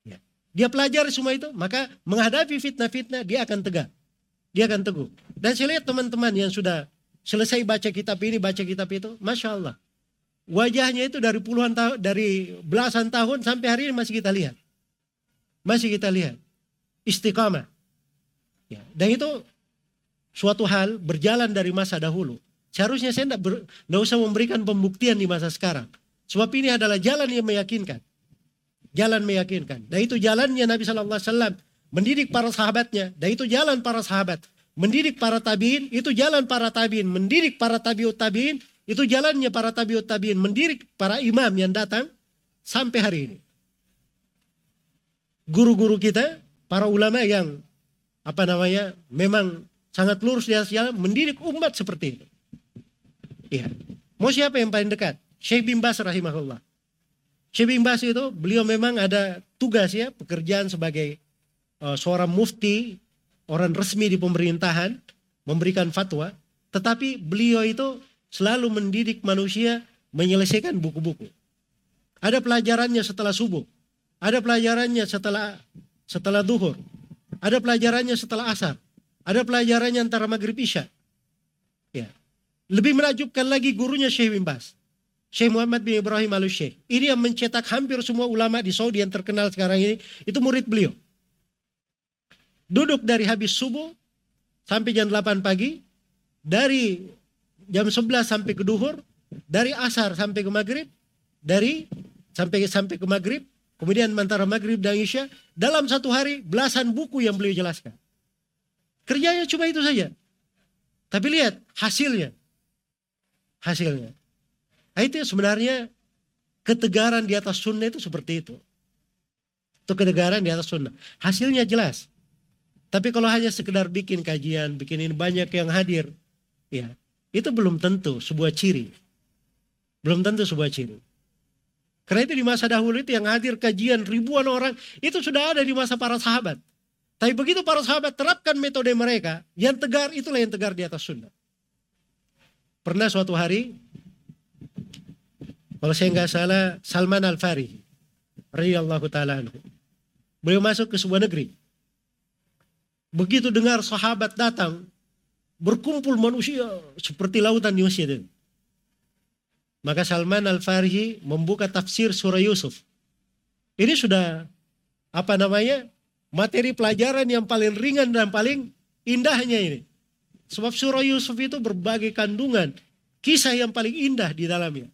Dia pelajari semua itu, maka menghadapi fitnah-fitnah dia akan tegak. Dia akan teguh. Dan saya lihat teman-teman yang sudah selesai baca kitab ini, baca kitab itu, Masya Allah. Wajahnya itu dari puluhan tahun, dari belasan tahun sampai hari ini masih kita lihat. Masih kita lihat. Istiqamah. Ya, dan itu suatu hal berjalan dari masa dahulu. Seharusnya saya tidak usah memberikan pembuktian di masa sekarang. Sebab ini adalah jalan yang meyakinkan. Jalan meyakinkan. Dan itu jalannya Nabi SAW mendidik para sahabatnya. Dan itu jalan para sahabat. Mendidik para tabiin, itu jalan para tabiin. Mendidik para tabiut tabiin, itu jalannya para tabiut tabiin. Mendidik para imam yang datang sampai hari ini. Guru-guru kita, para ulama yang memang sangat lurus di atas jalan, mendidik umat seperti itu. Iya. Mau siapa yang paling dekat? Syekh bin Baz rahimahullah. Syekh bin Baz itu beliau memang ada tugas ya, pekerjaan sebagai seorang mufti, orang resmi di pemerintahan, memberikan fatwa. Tetapi beliau itu selalu mendidik manusia menyelesaikan buku-buku. Ada pelajarannya setelah subuh. Ada pelajarannya setelah duhur. Ada pelajarannya setelah asar. Ada pelajarannya antara maghrib isya. Ya. Lebih menakjubkan lagi gurunya Syekh bin Baz. Syekh Muhammad bin Ibrahim al-Syekh. Ini yang mencetak hampir semua ulama di Saudi yang terkenal sekarang ini. Itu murid beliau. Duduk dari habis subuh sampai jam 8 pagi. Dari jam 11 sampai ke duhur. Dari asar sampai ke maghrib. Sampai ke maghrib. Kemudian antara maghrib dan isya. Dalam satu hari belasan buku yang beliau jelaskan. Kerjanya cuma itu saja. Tapi lihat hasilnya. Nah, itu sebenarnya ketegaran di atas sunnah itu seperti itu. Itu ketegaran di atas sunnah. Hasilnya jelas. Tapi kalau hanya sekedar bikin kajian, bikin ini banyak yang hadir. Ya, itu belum tentu sebuah ciri. Belum tentu sebuah ciri. Karena itu di masa dahulu itu yang hadir kajian ribuan orang. Itu sudah ada di masa para sahabat. Tapi begitu para sahabat terapkan metode mereka. Yang tegar itulah yang tegar di atas sunnah. Pernah suatu hari, kalau saya nggak salah, Salman Al-Farisi radhiyallahu taala anhu. Beliau masuk ke sebuah negeri. Begitu dengar sahabat datang, berkumpul manusia seperti lautan di masjid itu. Maka Salman Al-Farisi membuka tafsir surah Yusuf. Ini sudah materi pelajaran yang paling ringan dan paling indahnya ini. Sebab surah Yusuf itu berbagai kandungan, kisah yang paling indah di dalamnya.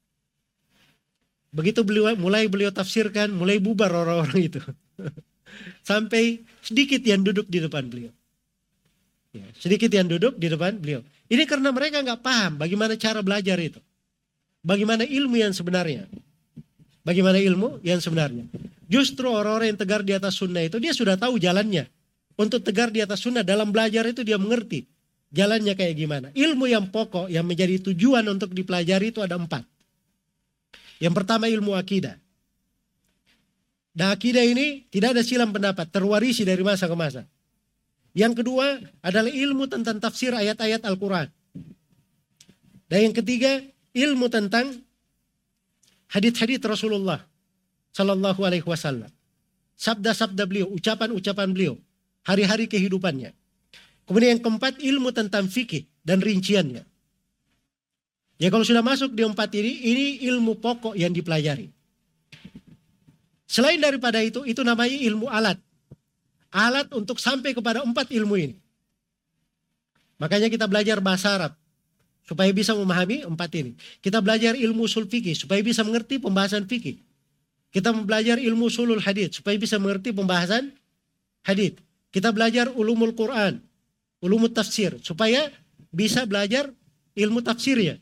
Begitu beliau tafsirkan, mulai bubar orang-orang itu. Sampai sedikit yang duduk di depan beliau. Ya, sedikit yang duduk di depan beliau. Ini karena mereka nggak paham bagaimana cara belajar itu. Bagaimana ilmu yang sebenarnya. Bagaimana ilmu yang sebenarnya. Justru orang-orang yang tegar di atas sunnah itu, dia sudah tahu jalannya. Untuk tegar di atas sunnah dalam belajar itu dia mengerti. Jalannya kayak gimana. Ilmu yang pokok yang menjadi tujuan untuk dipelajari itu ada 4. Yang pertama ilmu akidah. Dan akidah ini tidak ada silang pendapat. Terwarisi dari masa ke masa. Yang kedua adalah ilmu tentang tafsir ayat-ayat Al-Quran. Dan yang ketiga ilmu tentang hadits-hadits Rasulullah Sallallahu Alaihi Wasallam. Sabda-sabda beliau, ucapan-ucapan beliau. Hari-hari kehidupannya. Kemudian yang keempat ilmu tentang fikih dan rinciannya. Ya kalau sudah masuk di 4 ini ilmu pokok yang dipelajari. Selain daripada itu namanya ilmu alat. Alat untuk sampai kepada 4 ilmu ini. Makanya kita belajar bahasa Arab. Supaya bisa memahami 4 ini. Kita belajar ilmu usul fikih. Supaya bisa mengerti pembahasan fikih. Kita belajar ilmu usulul hadits. Supaya bisa mengerti pembahasan hadits. Kita belajar ulumul Quran. Ulumul tafsir. Supaya bisa belajar ilmu tafsirnya.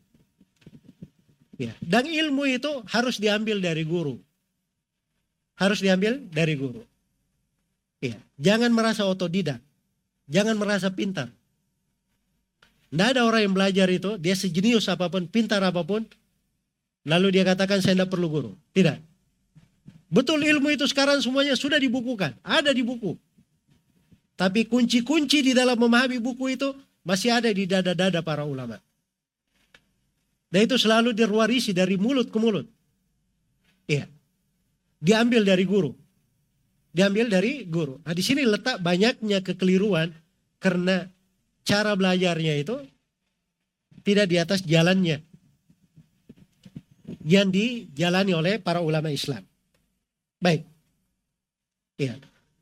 Ya. Dan ilmu itu harus diambil dari guru. Harus diambil dari guru. Ya. Jangan merasa otodidak. Jangan merasa pintar. Tidak ada orang yang belajar itu, dia sejenius apapun, pintar apapun, lalu dia katakan saya tidak perlu guru. Tidak. Betul ilmu itu sekarang semuanya sudah dibukukan. Ada di buku. Tapi kunci-kunci di dalam memahami buku itu masih ada di dada-dada para ulama. Dan itu selalu diwarisi dari mulut ke mulut. Iya. Diambil dari guru. diambil dari guru. Nah, di sini letak banyaknya kekeliruan karena cara belajarnya itu tidak di atas jalannya yang dijalani oleh para ulama Islam. Baik. Ya.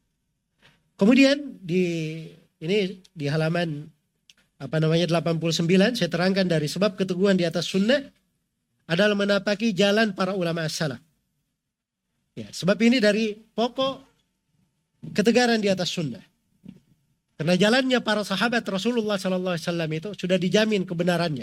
Kemudian di halaman 89 saya terangkan dari sebab keteguhan di atas sunnah adalah menapaki jalan para ulama as-salaf. Ya, sebab ini dari pokok ketegaran di atas sunnah. Karena jalannya para sahabat Rasulullah SAW itu sudah dijamin kebenarannya.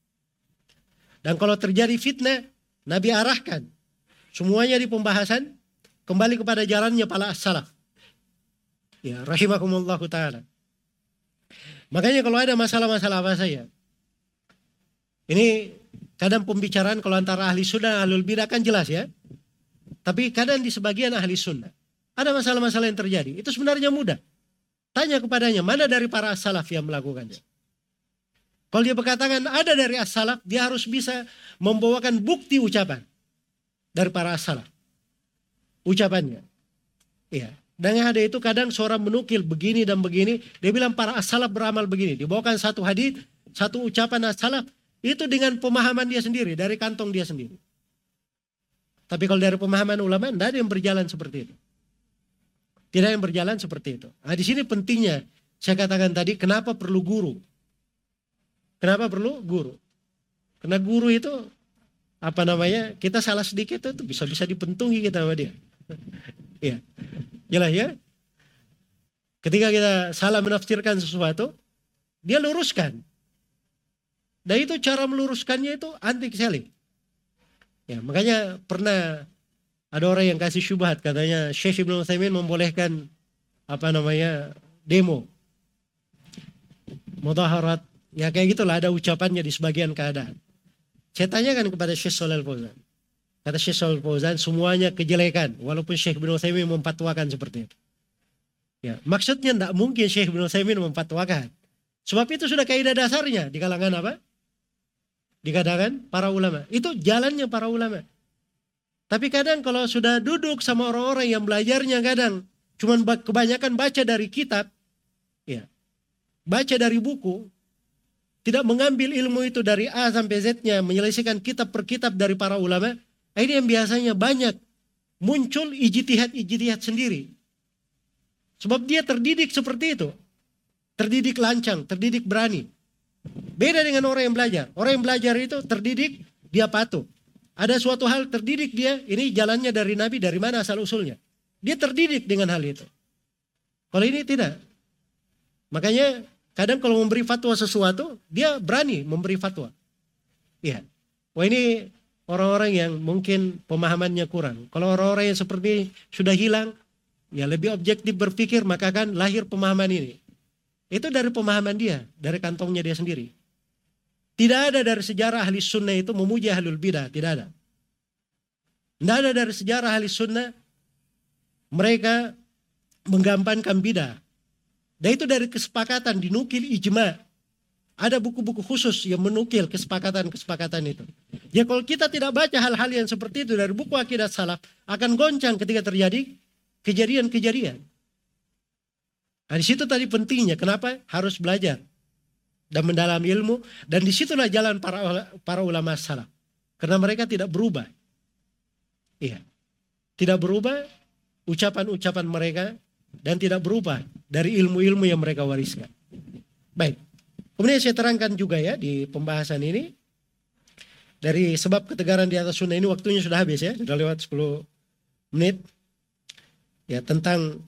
Dan kalau terjadi fitnah, Nabi arahkan semuanya di pembahasan kembali kepada jalannya para as-salaf. Ya, rahimakumullah ta'ala. Makanya kalau ada masalah-masalah apa saja, ini kadang pembicaraan kalau antara ahli sunnah dan ahlul bidah kan jelas ya. Tapi kadang di sebagian ahli sunnah ada masalah-masalah yang terjadi. Itu sebenarnya mudah. Tanya kepadanya, mana dari para as-salaf yang melakukannya? Kalau dia berkatakan ada dari as-salaf, dia harus bisa membawakan bukti ucapan dari para as-salaf. Ucapannya. Iya. Dan yang ada itu kadang seorang menukil begini dan begini. Dia bilang para as-salaf beramal begini. Dibawakan satu hadis, satu ucapan as-salaf. Itu dengan pemahaman dia sendiri, dari kantong dia sendiri. Tapi kalau dari pemahaman ulama, tidak ada yang berjalan seperti itu. Tidak yang berjalan seperti itu. Nah, di sini pentingnya, saya katakan tadi, kenapa perlu guru? Kenapa perlu guru? Karena guru itu, kita salah sedikit itu bisa-bisa dipentungi kita sama dia. Iya. Jelas ya? Ketika kita salah menafsirkan sesuatu, dia luruskan. Dan itu cara meluruskannya itu antik sekali. Ya, makanya pernah ada orang yang kasih syubhat, katanya Syekh Ibnu Utsaimin membolehkan demo, mudhaharat, ya kayak gitulah, ada ucapannya di sebagian keadaan. Saya tanyakan kepada Syekh Shalal Fauzan. Kata Syekh Shalal Fauzan, semuanya kejelekan, walaupun Syekh Ibnu Utsaimin memfatwakan seperti itu. Ya, maksudnya tidak mungkin Syekh Ibnu Utsaimin memfatwakan. Sebab itu sudah kaidah dasarnya di kalangan apa? Di kalangan para ulama. Itu jalannya para ulama. Tapi kadang kalau sudah duduk sama orang-orang yang belajarnya kadang cuman kebanyakan baca dari kitab, ya, baca dari buku, tidak mengambil ilmu itu dari A sampai Z-nya, menyelesaikan kitab per kitab dari para ulama, ini yang biasanya banyak muncul ijtihad sendiri. Sebab dia terdidik seperti itu. Terdidik lancang, terdidik berani. Beda dengan orang yang belajar. Orang yang belajar itu terdidik, dia patuh. Ada suatu hal terdidik dia, ini jalannya dari Nabi, dari mana asal usulnya. Dia terdidik dengan hal itu. Kalau ini tidak. Makanya kadang kalau memberi fatwa sesuatu, dia berani memberi fatwa. Iya. Wah, ini orang-orang yang mungkin pemahamannya kurang. Kalau orang-orang yang seperti ini sudah hilang, ya lebih objektif berpikir, maka akan lahir pemahaman ini. Itu dari pemahaman dia, dari kantongnya dia sendiri. Tidak ada dari sejarah ahli sunnah itu memuji ahlul bidah, tidak ada. Tidak ada dari sejarah ahli sunnah mereka menggampangkan bidah. Dan itu dari kesepakatan dinukil ijma. Ada buku-buku khusus yang menukil kesepakatan-kesepakatan itu. Ya kalau kita tidak baca hal-hal yang seperti itu dari buku akidah salaf, akan goncang ketika terjadi kejadian-kejadian. Nah, di situ tadi pentingnya, kenapa harus belajar dan mendalami ilmu, dan disitulah jalan para ulama salaf. Karena mereka tidak berubah. Iya. Tidak berubah ucapan-ucapan mereka, dan tidak berubah dari ilmu-ilmu yang mereka wariskan. Baik. Kemudian saya terangkan juga ya di pembahasan ini, dari sebab ketegaran di atas sunnah ini, waktunya sudah habis ya, sudah lewat 10 menit. Ya, tentang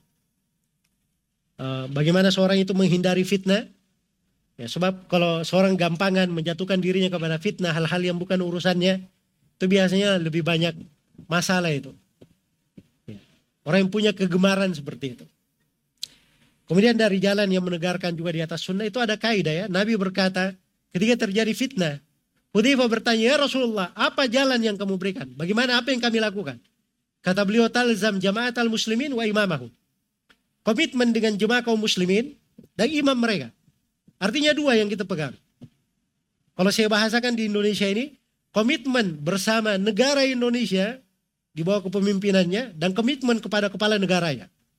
bagaimana seorang itu menghindari fitnah. Ya, sebab kalau seorang gampangan menjatuhkan dirinya kepada fitnah, hal-hal yang bukan urusannya, itu biasanya lebih banyak masalah itu. Ya, orang yang punya kegemaran seperti itu. Kemudian dari jalan yang menegarkan juga di atas sunnah itu ada kaidah ya. Nabi berkata ketika terjadi fitnah, Hudzaifah bertanya, ya Rasulullah, apa jalan yang kamu berikan? Bagaimana, apa yang kami lakukan? Kata beliau, talzam jama'atal muslimin wa imamahum. Komitmen dengan jemaah kaum muslimin dan imam mereka. Artinya dua yang kita pegang. Kalau saya bahasakan di Indonesia ini, komitmen bersama negara Indonesia di bawah kepemimpinannya dan komitmen kepada kepala negaranya.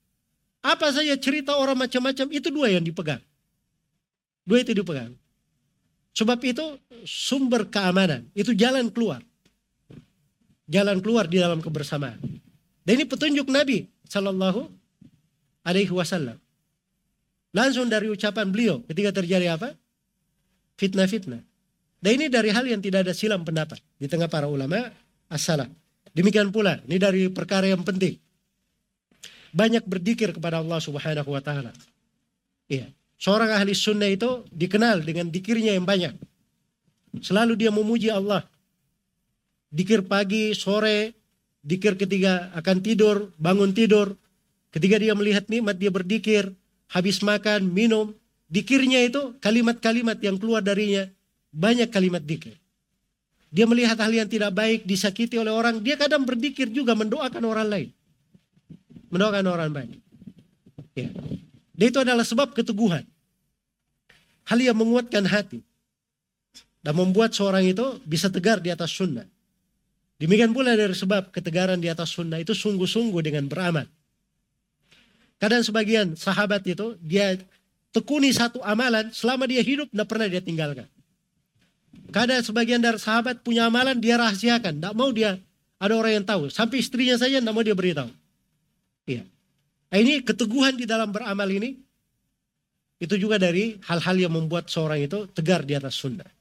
Apa saja cerita orang macam-macam, itu dua yang dipegang. Dua itu dipegang. Sebab itu sumber keamanan, itu jalan keluar. Jalan keluar di dalam kebersamaan. Dan ini petunjuk Nabi Sallallahu Alaihi Wasallam. Langsung dari ucapan beliau ketika terjadi apa? Fitnah-fitnah. Dan ini dari hal yang tidak ada silam pendapat di tengah para ulama as-salaf. Demikian pula, ini dari perkara yang penting. Banyak berzikir kepada Allah Subhanahu wa taala. Iya. Seorang ahli sunnah itu dikenal dengan zikirnya yang banyak. Selalu dia memuji Allah. Zikir pagi, sore, zikir ketika akan tidur, bangun tidur. Ketika dia melihat nikmat dia berzikir, habis makan, minum. Zikirnya itu kalimat-kalimat yang keluar darinya banyak kalimat zikir. Dia melihat hal yang tidak baik, disakiti oleh orang, dia kadang berzikir juga mendoakan orang lain. Mendoakan orang baik. Ya. Dan itu adalah sebab keteguhan. Hal yang menguatkan hati. Dan membuat seorang itu bisa tegar di atas sunnah. Demikian pula dari sebab ketegaran di atas sunnah itu sungguh-sungguh dengan beramal. Kadang sebagian sahabat itu dia tekuni satu amalan selama dia hidup tidak pernah dia tinggalkan. Kadang sebagian dari sahabat punya amalan dia rahasiakan. Tidak mau dia ada orang yang tahu. Sampai istrinya saja tidak mau dia beritahu. Iya. Nah, ini keteguhan di dalam beramal ini. Itu juga dari hal-hal yang membuat seorang itu tegar di atas sunnah.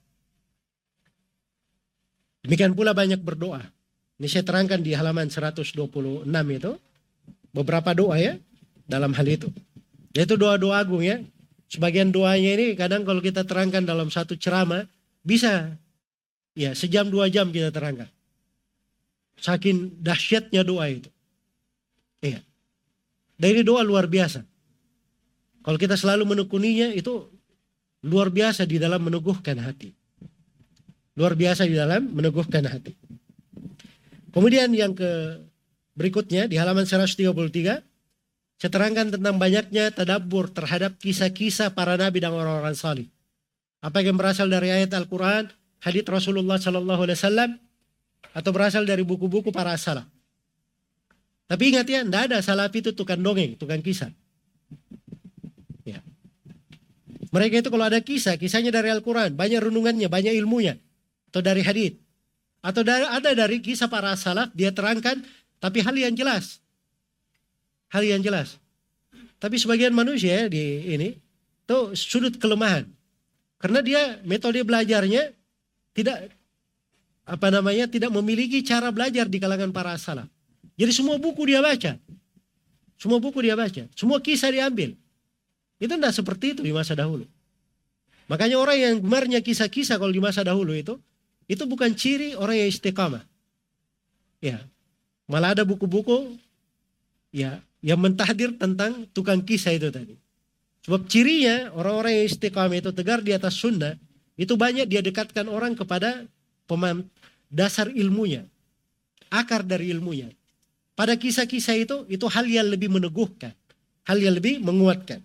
Demikian pula banyak berdoa. Ini saya terangkan di halaman 126 itu. Beberapa doa ya. Dalam hal itu. Yaitu doa-doa agung ya. Sebagian doanya ini kadang kalau kita terangkan dalam satu ceramah. Bisa ya sejam 2 jam kita terangkan. Saking dahsyatnya doa itu. Iya. Dan ini doa luar biasa. Kalau kita selalu menekuninya itu luar biasa di dalam meneguhkan hati. Luar biasa di dalam meneguhkan hati. Kemudian yang berikutnya di halaman 133. Saya terangkan tentang banyaknya tadabbur terhadap kisah-kisah para nabi dan orang-orang salih. Apa yang berasal dari ayat Al-Quran, hadits Rasulullah Sallallahu Alaihi Wasallam, atau berasal dari buku-buku para salaf. Tapi ingat ya, tidak ada salaf itu tukang dongeng, tukang kisah. Ya. Mereka itu kalau ada kisah, kisahnya dari Al-Quran, banyak renungannya, banyak ilmunya, atau dari hadits, atau ada dari kisah para salaf, dia terangkan, tapi hal yang jelas. Hal yang jelas. Tapi sebagian manusia di ini, itu sudut kelemahan. Karena dia metode belajarnya tidak tidak memiliki cara belajar di kalangan para salaf. Jadi semua buku dia baca. Semua buku dia baca. Semua kisah diambil. Itu tidak seperti itu di masa dahulu. Makanya orang yang gemarnya kisah-kisah kalau di masa dahulu itu bukan ciri orang yang istiqamah. Ya. Malah ada buku-buku ya yang mentahdir tentang tukang kisah itu tadi. Sebab cirinya orang-orang yang istiqamah itu tegar di atas sunnah, itu banyak dia dekatkan orang kepada dasar ilmunya, akar dari ilmunya. Pada kisah-kisah itu hal yang lebih meneguhkan, hal yang lebih menguatkan.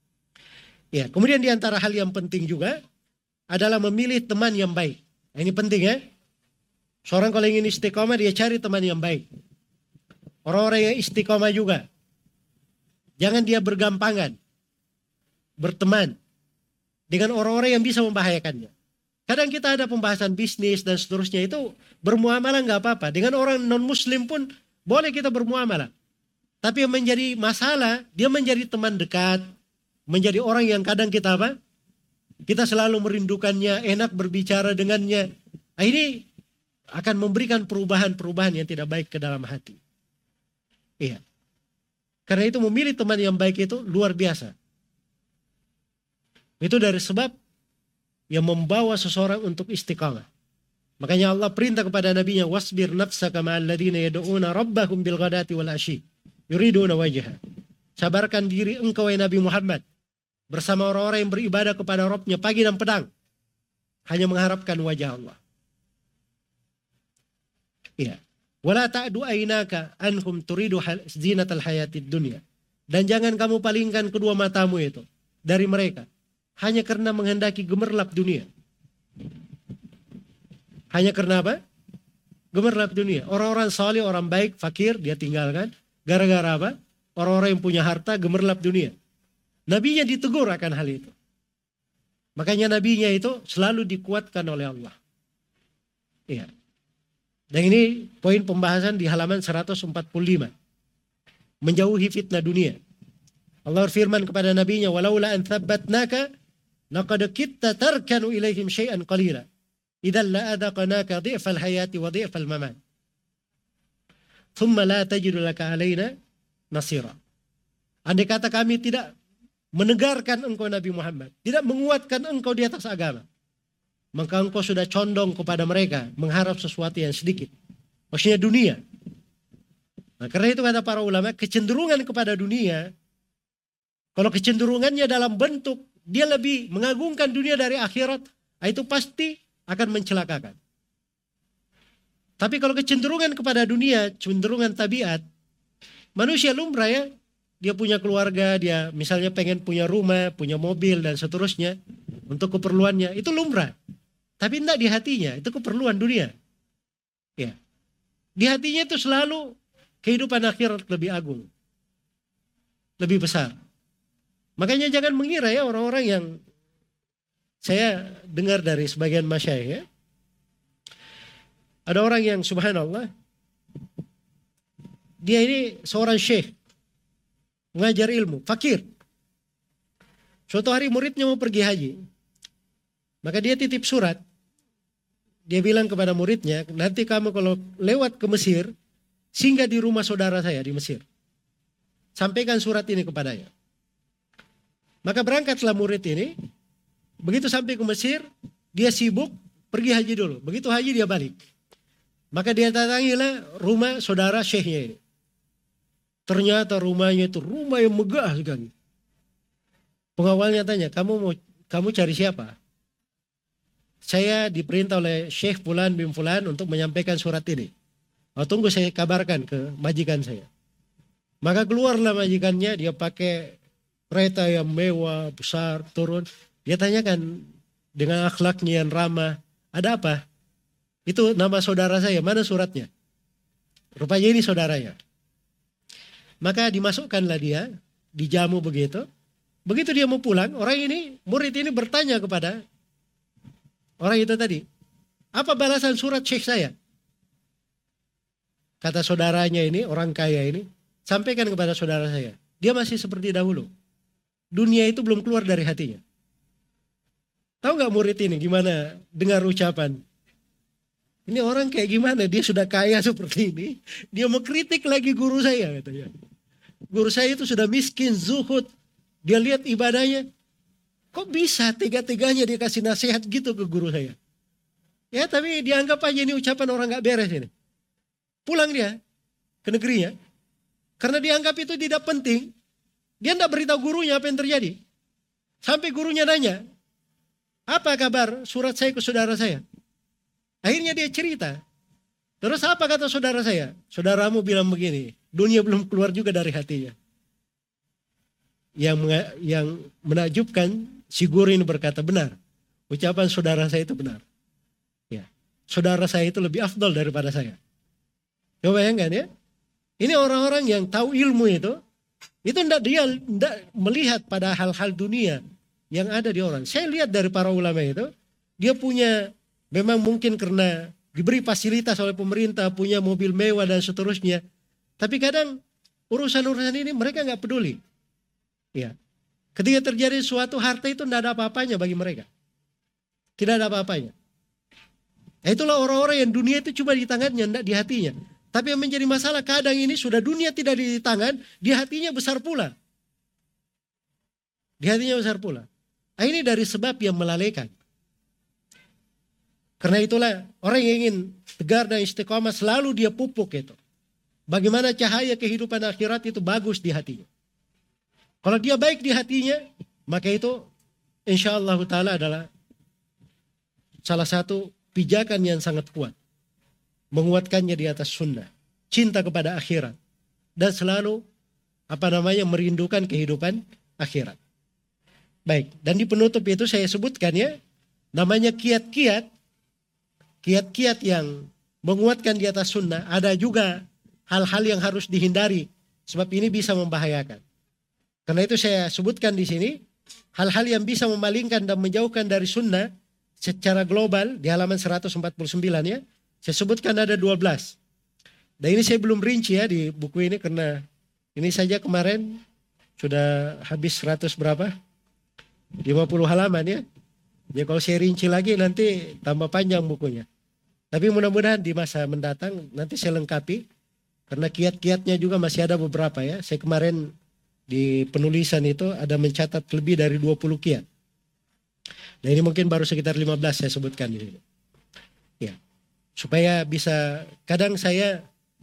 Ya, kemudian di antara hal yang penting juga adalah memilih teman yang baik. Nah, ini penting ya. Seorang kalau ingin istiqamah dia cari teman yang baik. Orang-orang yang istiqamah juga. Jangan dia bergampangan berteman dengan orang-orang yang bisa membahayakannya. Kadang kita ada pembahasan bisnis dan seterusnya itu bermuamalah nggak apa-apa. Dengan orang non muslim pun boleh kita bermuamalah. Tapi yang menjadi masalah dia menjadi teman dekat, menjadi orang yang kadang kita kita selalu merindukannya, enak berbicara dengannya. Nah, ini akan memberikan perubahan-perubahan yang tidak baik ke dalam hati. Iya. Karena itu memilih teman yang baik itu luar biasa. Itu dari sebab yang membawa seseorang untuk istiqamah. Makanya Allah perintah kepada nabinya, wasbir nafsaka ma'al ladina yad'una rabbahum bil ghadati wal ashi yuriduna wajha. Sabarkan diri engkau wahai Nabi Muhammad bersama orang-orang yang beribadah kepada Rabbnya pagi dan petang hanya mengharapkan wajah Allah. Iya. Wala ta'du aynaka anhum turidu zinatal hayatid dunya. Dan jangan kamu palingkan kedua matamu itu dari mereka hanya karena menghendaki gemerlap dunia. Hanya karena apa? Gemerlap dunia. Orang-orang saleh, orang baik, fakir dia tinggalkan gara-gara apa? orang-orang yang punya harta gemerlap dunia. Nabinya ditegur akan hal itu. Makanya nabinya itu selalu dikuatkan oleh Allah. Iya. Dan ini poin pembahasan di halaman 145. Menjauhi fitnah dunia. Allah berfirman kepada nabinya, "Walaula an thabbatnaka laqad kitta tarkanu ilaihim syai'an qalila. Idzan la adaqnaka dhi'fal hayati wa dhi'fal mamat. Thumma la tajidu laka alaina nasira." Andai kata kami tidak menegarkan engkau Nabi Muhammad, tidak menguatkan engkau di atas agama, maka engkau sudah condong kepada mereka mengharap sesuatu yang sedikit. Maksudnya dunia. Nah, karena itu kata para ulama, kecenderungan kepada dunia, kalau kecenderungannya dalam bentuk dia lebih mengagungkan dunia dari akhirat, itu pasti akan mencelakakan. Tapi kalau kecenderungan kepada dunia, cenderungan tabiat, manusia lumrah ya, dia punya keluarga, dia misalnya pengen punya rumah, punya mobil dan seterusnya untuk keperluannya, itu lumrah. Tapi tidak di hatinya, itu keperluan dunia. Ya. Di hatinya itu selalu kehidupan akhirat lebih agung, lebih besar. Makanya jangan mengira ya orang-orang yang saya dengar dari sebagian masyayikh ya. Ada orang yang subhanallah, dia ini seorang syekh, mengajar ilmu, fakir. Suatu hari muridnya mau pergi haji. Maka dia titip surat. Dia bilang kepada muridnya, nanti kamu kalau lewat ke Mesir, singgah di rumah saudara saya di Mesir. Sampaikan surat ini kepadanya. Maka berangkatlah murid ini. Begitu sampai ke Mesir, dia sibuk pergi haji dulu. Begitu haji dia balik. Maka dia datangilah rumah saudara syekhnya ini. Ternyata rumahnya itu rumah yang megah sekali. Pengawalnya tanya, kamu cari siapa? Saya diperintah oleh Syekh Fulan bin Fulan untuk menyampaikan surat ini. Oh, tunggu saya kabarkan ke majikan saya. Maka keluarlah majikannya, dia pakai kereta yang mewah, besar, turun. Dia tanyakan dengan akhlaknya yang ramah, ada apa? Itu nama saudara saya, mana suratnya? Rupanya ini saudaranya. Maka dimasukkanlah dia, dijamu begitu. Begitu dia mau pulang, murid ini bertanya kepada orang itu tadi, apa balasan surat syekh saya? Kata saudaranya ini, orang kaya ini, sampaikan kepada saudara saya. Dia masih seperti dahulu. Dunia itu belum keluar dari hatinya. Tahu gak murid ini gimana dengar ucapan? Ini orang kayak gimana? Dia sudah kaya seperti ini. Dia mau kritik lagi guru saya katanya. Guru saya itu sudah miskin, zuhud. Dia lihat ibadahnya. Kok bisa tega-teganya dia kasih nasihat gitu ke guru saya? Ya tapi dianggap aja ini ucapan orang gak beres ini. Pulang dia ke negerinya. Karena dianggap itu tidak penting. Dia tidak beritahu gurunya apa yang terjadi. Sampai gurunya nanya, apa kabar surat saya ke saudara saya? Akhirnya dia cerita. Terus apa kata saudara saya? Saudaramu bilang begini, dunia belum keluar juga dari hatinya. Yang menakjubkan, si guru ini berkata benar. Ucapan saudara saya itu benar. Ya, saudara saya itu lebih afdal daripada saya. Coba bayangkan ya. Ini orang-orang yang tahu ilmu itu tidak melihat pada hal-hal dunia yang ada di orang. Saya lihat dari para ulama itu, dia punya, memang mungkin karena diberi fasilitas oleh pemerintah, punya mobil mewah dan seterusnya. Tapi kadang urusan-urusan ini mereka nggak peduli. Ya, ketika terjadi suatu harta itu tidak ada apa-apanya bagi mereka. Tidak ada apa-apanya. Itulah orang-orang yang dunia itu cuma di tangannya, tidak di hatinya. Tapi yang menjadi masalah kadang ini sudah dunia tidak di tangan, di hatinya besar pula. Di hatinya besar pula. Nah, ini dari sebab yang melalaikan. Karena itulah orang yang ingin tegar dan istiqamah selalu dia pupuk itu. Bagaimana cahaya kehidupan akhirat itu bagus di hatinya. Kalau dia baik di hatinya, maka itu insya Allah ta'ala adalah salah satu pijakan yang sangat kuat. Menguatkannya di atas sunnah. Cinta kepada akhirat. Dan selalu merindukan kehidupan akhirat. Baik, dan di penutup itu saya sebutkan ya, namanya kiat-kiat. Kiat-kiat yang menguatkan di atas sunnah. Ada juga hal-hal yang harus dihindari Sebab ini bisa membahayakan. Karena itu saya sebutkan di sini hal-hal yang bisa memalingkan dan menjauhkan dari sunnah secara global di halaman 149 ya. Saya sebutkan ada 12. Dan ini saya belum rinci ya di buku ini karena ini saja kemarin sudah habis 100 berapa? 50 halaman ya. Jadi kalau saya rinci lagi nanti tambah panjang bukunya. Tapi mudah-mudahan di masa mendatang nanti saya lengkapi. Karena kiat-kiatnya juga masih ada beberapa ya. Saya kemarin di penulisan itu ada mencatat lebih dari 20 kiat. Dan ini mungkin baru sekitar 15 saya sebutkan di sini. Ya. Supaya bisa, kadang saya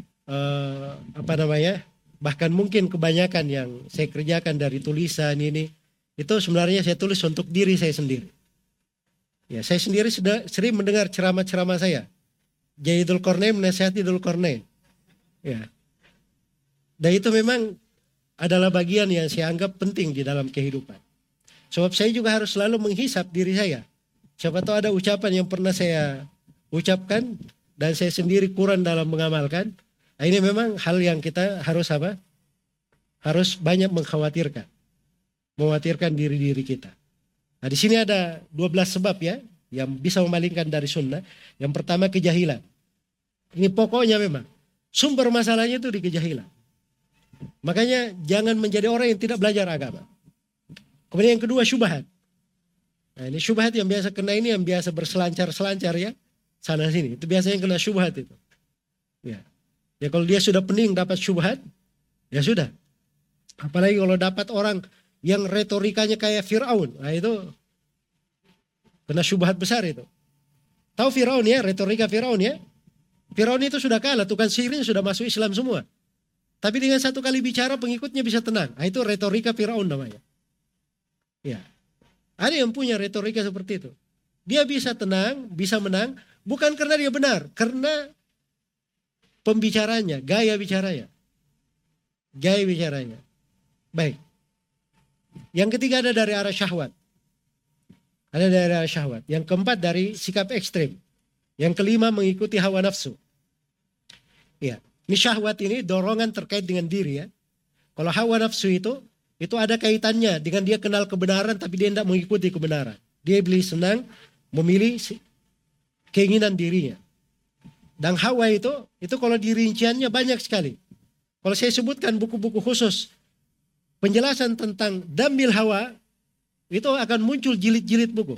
bahkan mungkin kebanyakan yang saya kerjakan dari tulisan ini itu sebenarnya saya tulis untuk diri saya sendiri. Ya, saya sendiri sudah sering mendengar ceramah-ceramah saya. Jaidul Qarnain menasihati Dzulqarnain. Ya. Dan itu memang adalah bagian yang saya anggap penting di dalam kehidupan. Sebab saya juga harus selalu menghisap diri saya. Siapa tahu ada ucapan yang pernah saya ucapkan dan saya sendiri kurang dalam mengamalkan. Nah, ini memang hal yang kita harus harus banyak mengkhawatirkan. Mengkhawatirkan diri-diri kita. Nah, di sini ada 12 sebab ya yang bisa memalingkan dari sunnah. Yang pertama kejahilan. Ini pokoknya memang sumber masalahnya itu di kejahilan. Makanya jangan menjadi orang yang tidak belajar agama. Kemudian yang kedua syubhat. Nah, ini syubhat yang biasa kena ini yang biasa berselancar-selancar ya. Sana sini. Itu biasanya yang kena syubhat itu. Ya. Ya kalau dia sudah pening dapat syubhat, ya sudah. Apalagi kalau dapat orang yang retorikanya kayak Fir'aun. Nah itu kena syubhat besar itu. Tahu Fir'aun ya, retorika Fir'aun ya. Fir'aun itu sudah kalah, tukang sihirnya sudah masuk Islam semua. Tapi dengan satu kali bicara pengikutnya bisa tenang. Nah itu retorika Fir'aun namanya. Ya. Ada yang punya retorika seperti itu. Dia bisa tenang, bisa menang. Bukan karena dia benar. Karena pembicaranya, gaya bicaranya. Gaya bicaranya. Baik. Yang ketiga ada dari arah syahwat. Ada dari arah syahwat. Yang keempat dari sikap ekstrim. Yang kelima mengikuti hawa nafsu. Ya. Ini syahwat ini dorongan terkait dengan diri ya. Kalau hawa nafsu itu ada kaitannya dengan dia kenal kebenaran tapi dia tidak mengikuti kebenaran. Dia beli senang memilih keinginan dirinya. Dan hawa itu kalau dirinciannya banyak sekali. Kalau saya sebutkan buku-buku khusus penjelasan tentang dambil hawa, itu akan muncul jilid-jilid buku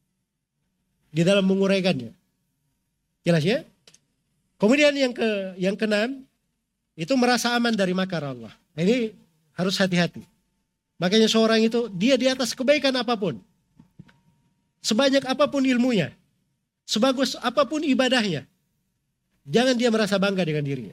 di dalam menguraikannya. Jelas ya? Kemudian yang keenam itu merasa aman dari makar Allah. Nah, ini harus hati-hati. Makanya seorang itu dia di atas kebaikan apapun, sebanyak apapun ilmunya, sebagus apapun ibadahnya, jangan dia merasa bangga dengan dirinya.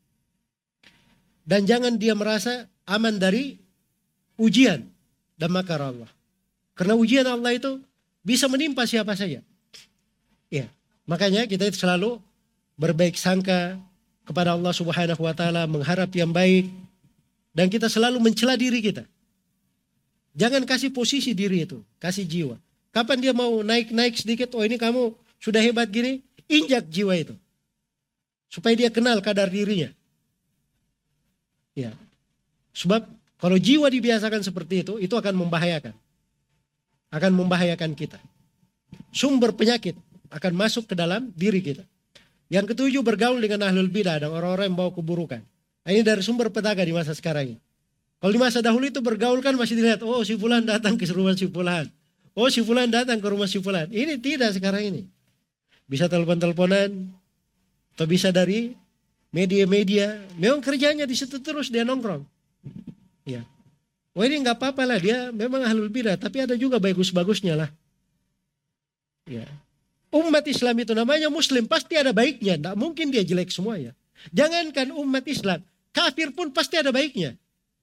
Dan jangan dia merasa aman dari ujian dan makar Allah. Karena ujian Allah itu bisa menimpa siapa saja. Ya, makanya kita itu selalu berbaik sangka kepada Allah Subhanahu wa taala, mengharap yang baik dan kita selalu mencela diri kita. Jangan kasih posisi diri itu, kasih jiwa. Kapan dia mau naik-naik sedikit, oh ini kamu sudah hebat gini, injak jiwa itu. Supaya dia kenal kadar dirinya. Ya. Sebab kalau jiwa dibiasakan seperti itu akan membahayakan. Akan membahayakan kita. Sumber penyakit akan masuk ke dalam diri kita. Yang ketujuh bergaul dengan ahlul bidah dan orang-orang yang bawa keburukan. Nah, ini dari sumber petaka di masa sekarang ini. Kalau di masa dahulu itu bergaul kan masih dilihat, oh si fulan datang ke rumah si fulan. Oh si fulan datang ke rumah si fulan. Ini tidak sekarang ini. Bisa telepon-teleponan atau bisa dari media-media. Memang kerjanya di situ terus dia nongkrong. Ya. Oh ini nggak apa-apa lah, dia memang ahlul bidah, tapi ada juga bagus-bagusnya lah. Ya. Umat Islam itu namanya Muslim, pasti ada baiknya. Tidak mungkin dia jelek semuanya. Jangankan umat Islam, kafir pun pasti ada baiknya.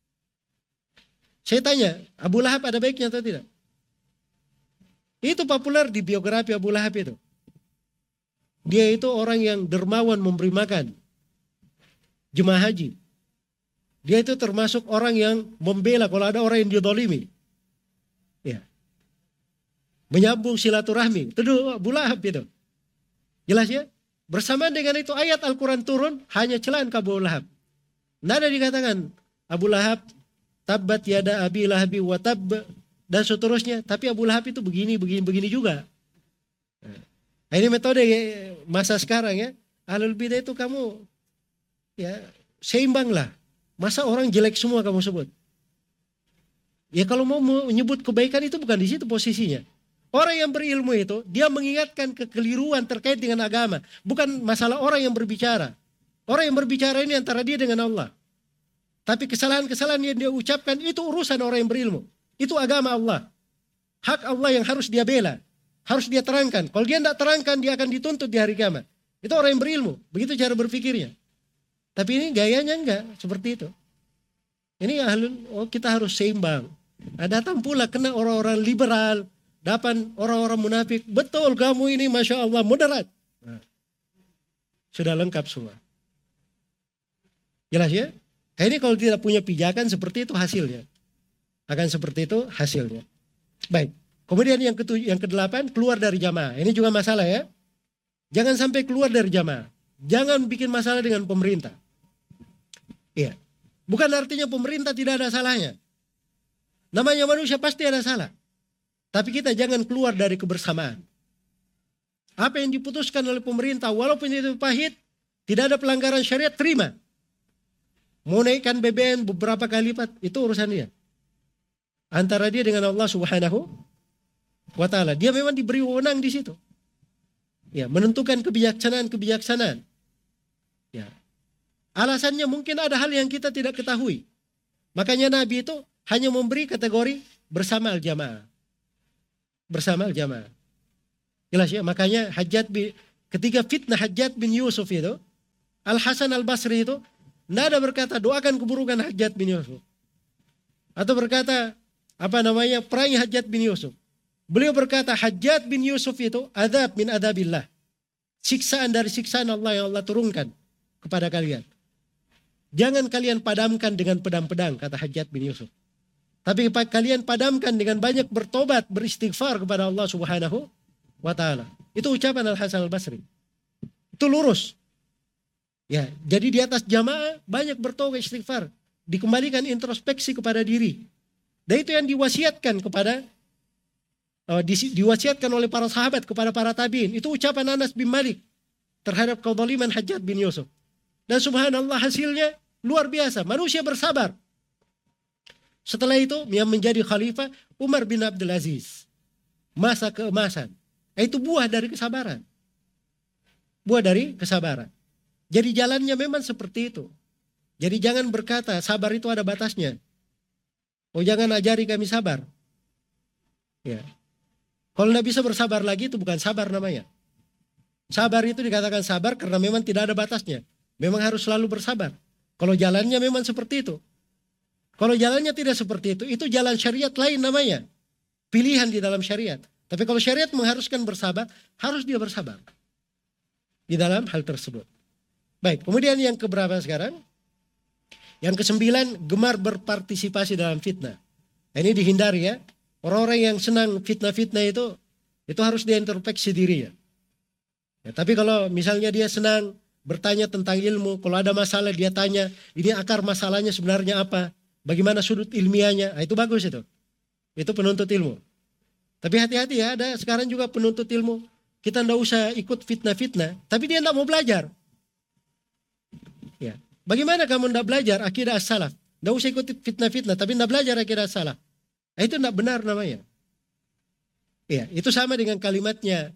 Saya tanya, Abu Lahab ada baiknya atau tidak? Itu populer di biografi Abu Lahab itu. Dia itu orang yang dermawan memberi makan jemaah haji. Dia itu termasuk orang yang membela kalau ada orang yang dizalimi. Ya. Menyambung silaturahmi. Itu Abu Lahab itu. Jelas ya? Bersamaan dengan itu ayat Al-Quran turun hanya celaan ke Abu Lahab. Tidak ada dikatakan Abu Lahab, tabbat yada abi lahabi wa tabb, dan seterusnya. Tapi Abu Lahab itu begini juga. Nah, ini metode masa sekarang ya. Ahlul bidah itu kamu ya seimbang lah. Masa orang jelek semua kamu sebut? Ya kalau mau menyebut kebaikan itu bukan di situ posisinya. Orang yang berilmu itu dia mengingatkan kekeliruan terkait dengan agama, bukan masalah orang yang berbicara. Orang yang berbicara ini antara dia dengan Allah. Tapi kesalahan-kesalahan yang dia ucapkan itu urusan orang yang berilmu. Itu agama Allah. Hak Allah yang harus dia bela, harus dia terangkan. Kalau dia tidak terangkan, dia akan dituntut di hari kiamat. Itu orang yang berilmu, begitu cara berpikirnya. Tapi ini gayanya enggak seperti itu. Ini kita harus seimbang. Nah, datang pula kena orang-orang liberal, dapat orang-orang munafik. Betul kamu ini Masya Allah moderat. Nah, sudah lengkap semua. Jelas ya? Nah, ini kalau tidak punya pijakan seperti itu hasilnya. Akan seperti itu hasilnya. Baik. Kemudian yang ke-8 keluar dari jamaah. Ini juga masalah ya. Jangan sampai keluar dari jamaah. Jangan bikin masalah dengan pemerintah. Iya. Bukan artinya pemerintah tidak ada salahnya. Namanya manusia pasti ada salah. Tapi kita jangan keluar dari kebersamaan. Apa yang diputuskan oleh pemerintah walaupun itu pahit, tidak ada pelanggaran syariat, terima. Mau naikkan BBM beberapa kali lipat, itu urusan dia. Antara dia dengan Allah Subhanahu wa ta'ala. Dia memang diberi wewenang di situ. Ya, menentukan kebijaksanaan. Ya. Alasannya mungkin ada hal yang kita tidak ketahui. Makanya Nabi itu hanya memberi kategori bersama al-jamaah. Bersama al-jamaah. Jelas ya, makanya ketika fitnah Hajjaj bin Yusuf itu, Al-Hasan Al-Basri itu tidak ada berkata doakan keburukan Hajjaj bin Yusuf. Atau berkata perangi Hajjaj bin Yusuf. Beliau berkata Hajjaj bin Yusuf itu adab min adabillah. Siksaan dari siksaan Allah yang Allah turunkan kepada kalian. Jangan kalian padamkan dengan pedang-pedang, kata Hajjaj bin Yusuf. Tapi kalian padamkan dengan banyak bertobat, beristighfar kepada Allah Subhanahu wa ta'ala. Itu ucapan Al-Hasan Al-Basri. Itu lurus. Ya, jadi di atas jamaah banyak bertobat, istighfar. Dikembalikan introspeksi kepada diri. Dan itu yang diwasiatkan diwasiatkan oleh para sahabat kepada para tabi'in. Itu ucapan Anas bin Malik terhadap kezaliman Hajjaj bin Yusuf. Dan subhanallah hasilnya luar biasa. Manusia bersabar. Setelah itu yang menjadi khalifah Umar bin Abdul Aziz. Masa keemasan. Itu buah dari kesabaran. Buah dari kesabaran. Jadi jalannya memang seperti itu. Jadi jangan berkata sabar itu ada batasnya. Oh jangan ajari kami sabar. Ya. Kalau tidak bisa bersabar lagi itu bukan sabar namanya. Sabar itu dikatakan sabar karena memang tidak ada batasnya. Memang harus selalu bersabar. Kalau jalannya memang seperti itu. Kalau jalannya tidak seperti itu jalan syariat lain namanya. Pilihan di dalam syariat. Tapi kalau syariat mengharuskan bersabar, harus dia bersabar. Di dalam hal tersebut. Baik, kemudian yang keberapa sekarang? Yang ke-9, gemar berpartisipasi dalam fitnah. Ini dihindari ya. Orang-orang yang senang fitnah-fitnah itu harus dia introspeksi diri ya. Tapi kalau misalnya dia senang bertanya tentang ilmu, kalau ada masalah dia tanya, ini akar masalahnya sebenarnya apa? Bagaimana sudut ilmiahnya? Itu bagus itu. Itu penuntut ilmu. Tapi hati-hati ya, ada sekarang juga penuntut ilmu. Kita tidak usah ikut fitnah-fitnah, tapi dia tidak mau belajar. Ya. Bagaimana kamu tidak belajar akidah as-salaf? Tidak usah ikut fitnah-fitnah, tapi tidak belajar akidah as-salaf. Itu tidak benar namanya. Ya, itu sama dengan kalimatnya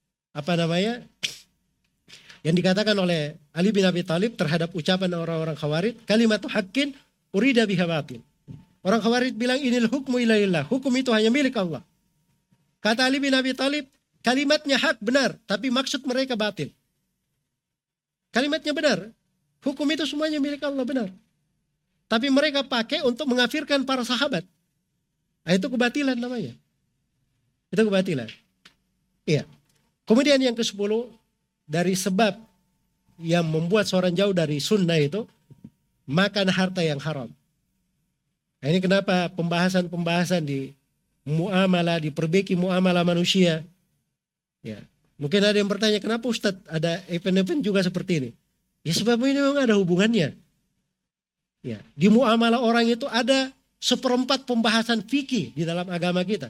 yang dikatakan oleh Ali bin Abi Thalib terhadap ucapan orang-orang Khawarij, kalimatu haqqin urida biha batil. Orang Khawarij bilang inil hukmu ilaillah, hukum itu hanya milik Allah. Kata Ali bin Abi Thalib, kalimatnya hak benar, tapi maksud mereka batil. Kalimatnya benar, hukum itu semuanya milik Allah benar. Tapi mereka pakai untuk mengafirkan para sahabat. Itu kebatilan namanya. Itu kebatilan. Iya. Kemudian yang ke-10, dari sebab yang membuat seorang jauh dari sunnah itu, makan harta yang haram. Nah, ini kenapa pembahasan di muamalah, diperbaiki muamalah manusia. Ya. Mungkin ada yang bertanya, kenapa Ustadz ada event-event juga seperti ini? Ya sebab ini memang ada hubungannya. Ya, di muamalah orang itu ada 1/4 pembahasan fikih di dalam agama kita.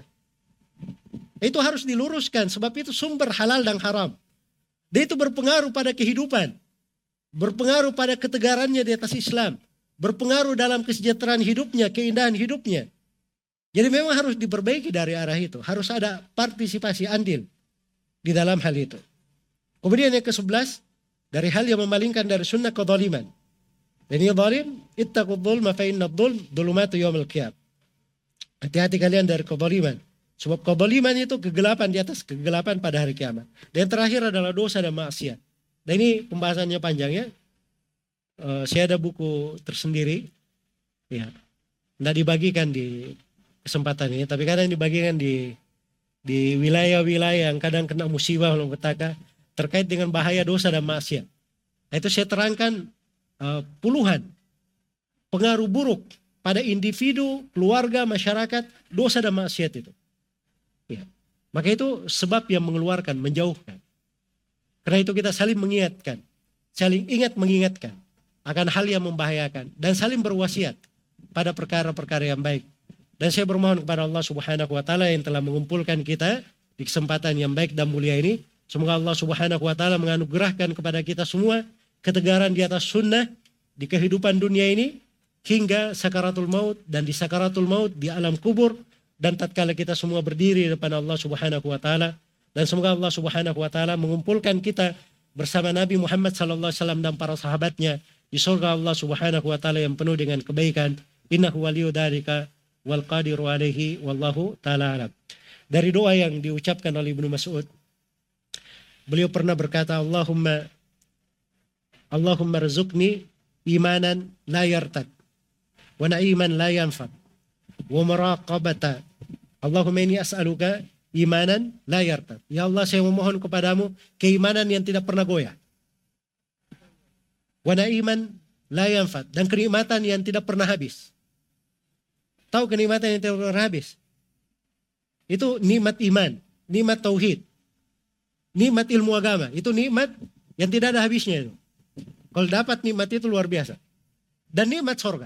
Itu harus diluruskan sebab itu sumber halal dan haram. Dan itu berpengaruh pada kehidupan. Berpengaruh pada ketegarannya di atas Islam. Berpengaruh dalam kesejahteraan hidupnya, keindahan hidupnya. Jadi memang harus diperbaiki dari arah itu. Harus ada partisipasi andil di dalam hal itu. Kemudian yang ke-11, dari hal yang memalingkan dari sunnah kezaliman. Dan ini zalim, ittaqud dzulma fa inna dzulm dzulumatu yaumil qiyamah. Hati-hati kalian dari kezaliman. Sebab kezaliman itu kegelapan di atas kegelapan pada hari kiamat. Dan yang terakhir adalah dosa dan maksiat. Dan ini pembahasannya panjang ya. Saya ada buku tersendiri. Ya. Tidak dibagikan di kesempatan ini. Tapi kadang dibagikan di wilayah-wilayah yang kadang kena musibah petaka terkait dengan bahaya dosa dan maksiat. Nah, itu saya terangkan puluhan pengaruh buruk pada individu, keluarga, masyarakat, dosa dan maksiat itu. Ya. Maka itu sebab yang mengeluarkan, menjauhkan. Karena itu kita saling mengingatkan, saling ingat mengingatkan akan hal yang membahayakan dan saling berwasiat pada perkara-perkara yang baik. Dan saya bermohon kepada Allah Subhanahu wa taala yang telah mengumpulkan kita di kesempatan yang baik dan mulia ini. Semoga Allah Subhanahu wa taala menganugerahkan kepada kita semua ketegaran di atas sunnah di kehidupan dunia ini hingga sakaratul maut, dan di sakaratul maut di alam kubur, dan tatkala kita semua berdiri di depan Allah Subhanahu wa taala. Dan semoga Allah Subhanahu wa taala mengumpulkan kita bersama Nabi Muhammad sallallahu alaihi wasallam dan para sahabatnya di surga Allah Subhanahu wa taala yang penuh dengan kebaikan. Innahu waliyyu dzalika wal qadiru alaihi wallahu taala alam. Dari doa yang diucapkan oleh Ibnu Mas'ud, beliau pernah berkata, Allahumma rzuqni imanan la yartad wa na'iman la yanfad wa muraqabata. Allahumma inni as'aluka imanan la yartad. Ya Allah, saya memohon kepadamu keimanan yang tidak pernah goyah. Wa na'iman la yanfad, dan kenikmatan yang tidak pernah habis. Tahu kenikmatan yang tidak pernah habis? Itu nikmat iman, nikmat tauhid, nikmat ilmu agama. Itu nikmat yang tidak ada habisnya itu. Kalau dapat nikmat itu luar biasa. Dan nikmat surga.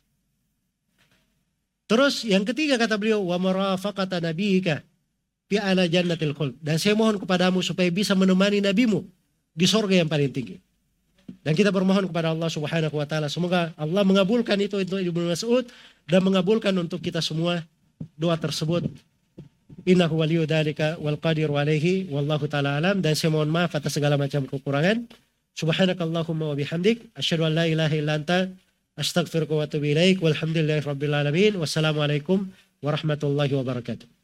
Terus yang ketiga kata beliau, wa marafaqata nabiyika fi ala jannatil khuld. Dan saya mohon kepadamu supaya bisa menemani nabimu di surga yang paling tinggi. Dan kita bermohon kepada Allah Subhanahu wa taala semoga Allah mengabulkan itu untuk Ibnu Mas'ud dan mengabulkan untuk kita semua doa tersebut. Innahu waliyyu dzalika wal qadiru alaihi wallahu taala alam. Dan saya mohon maaf atas segala macam kekurangan. Subhanakallahumma wa bihamdik asyhadu an la ilaha illa anta astaghfiruka wa atubu ilaik. Walhamdulillahirabbil alamin. Wassalamualaikum warahmatullahi wabarakatuh.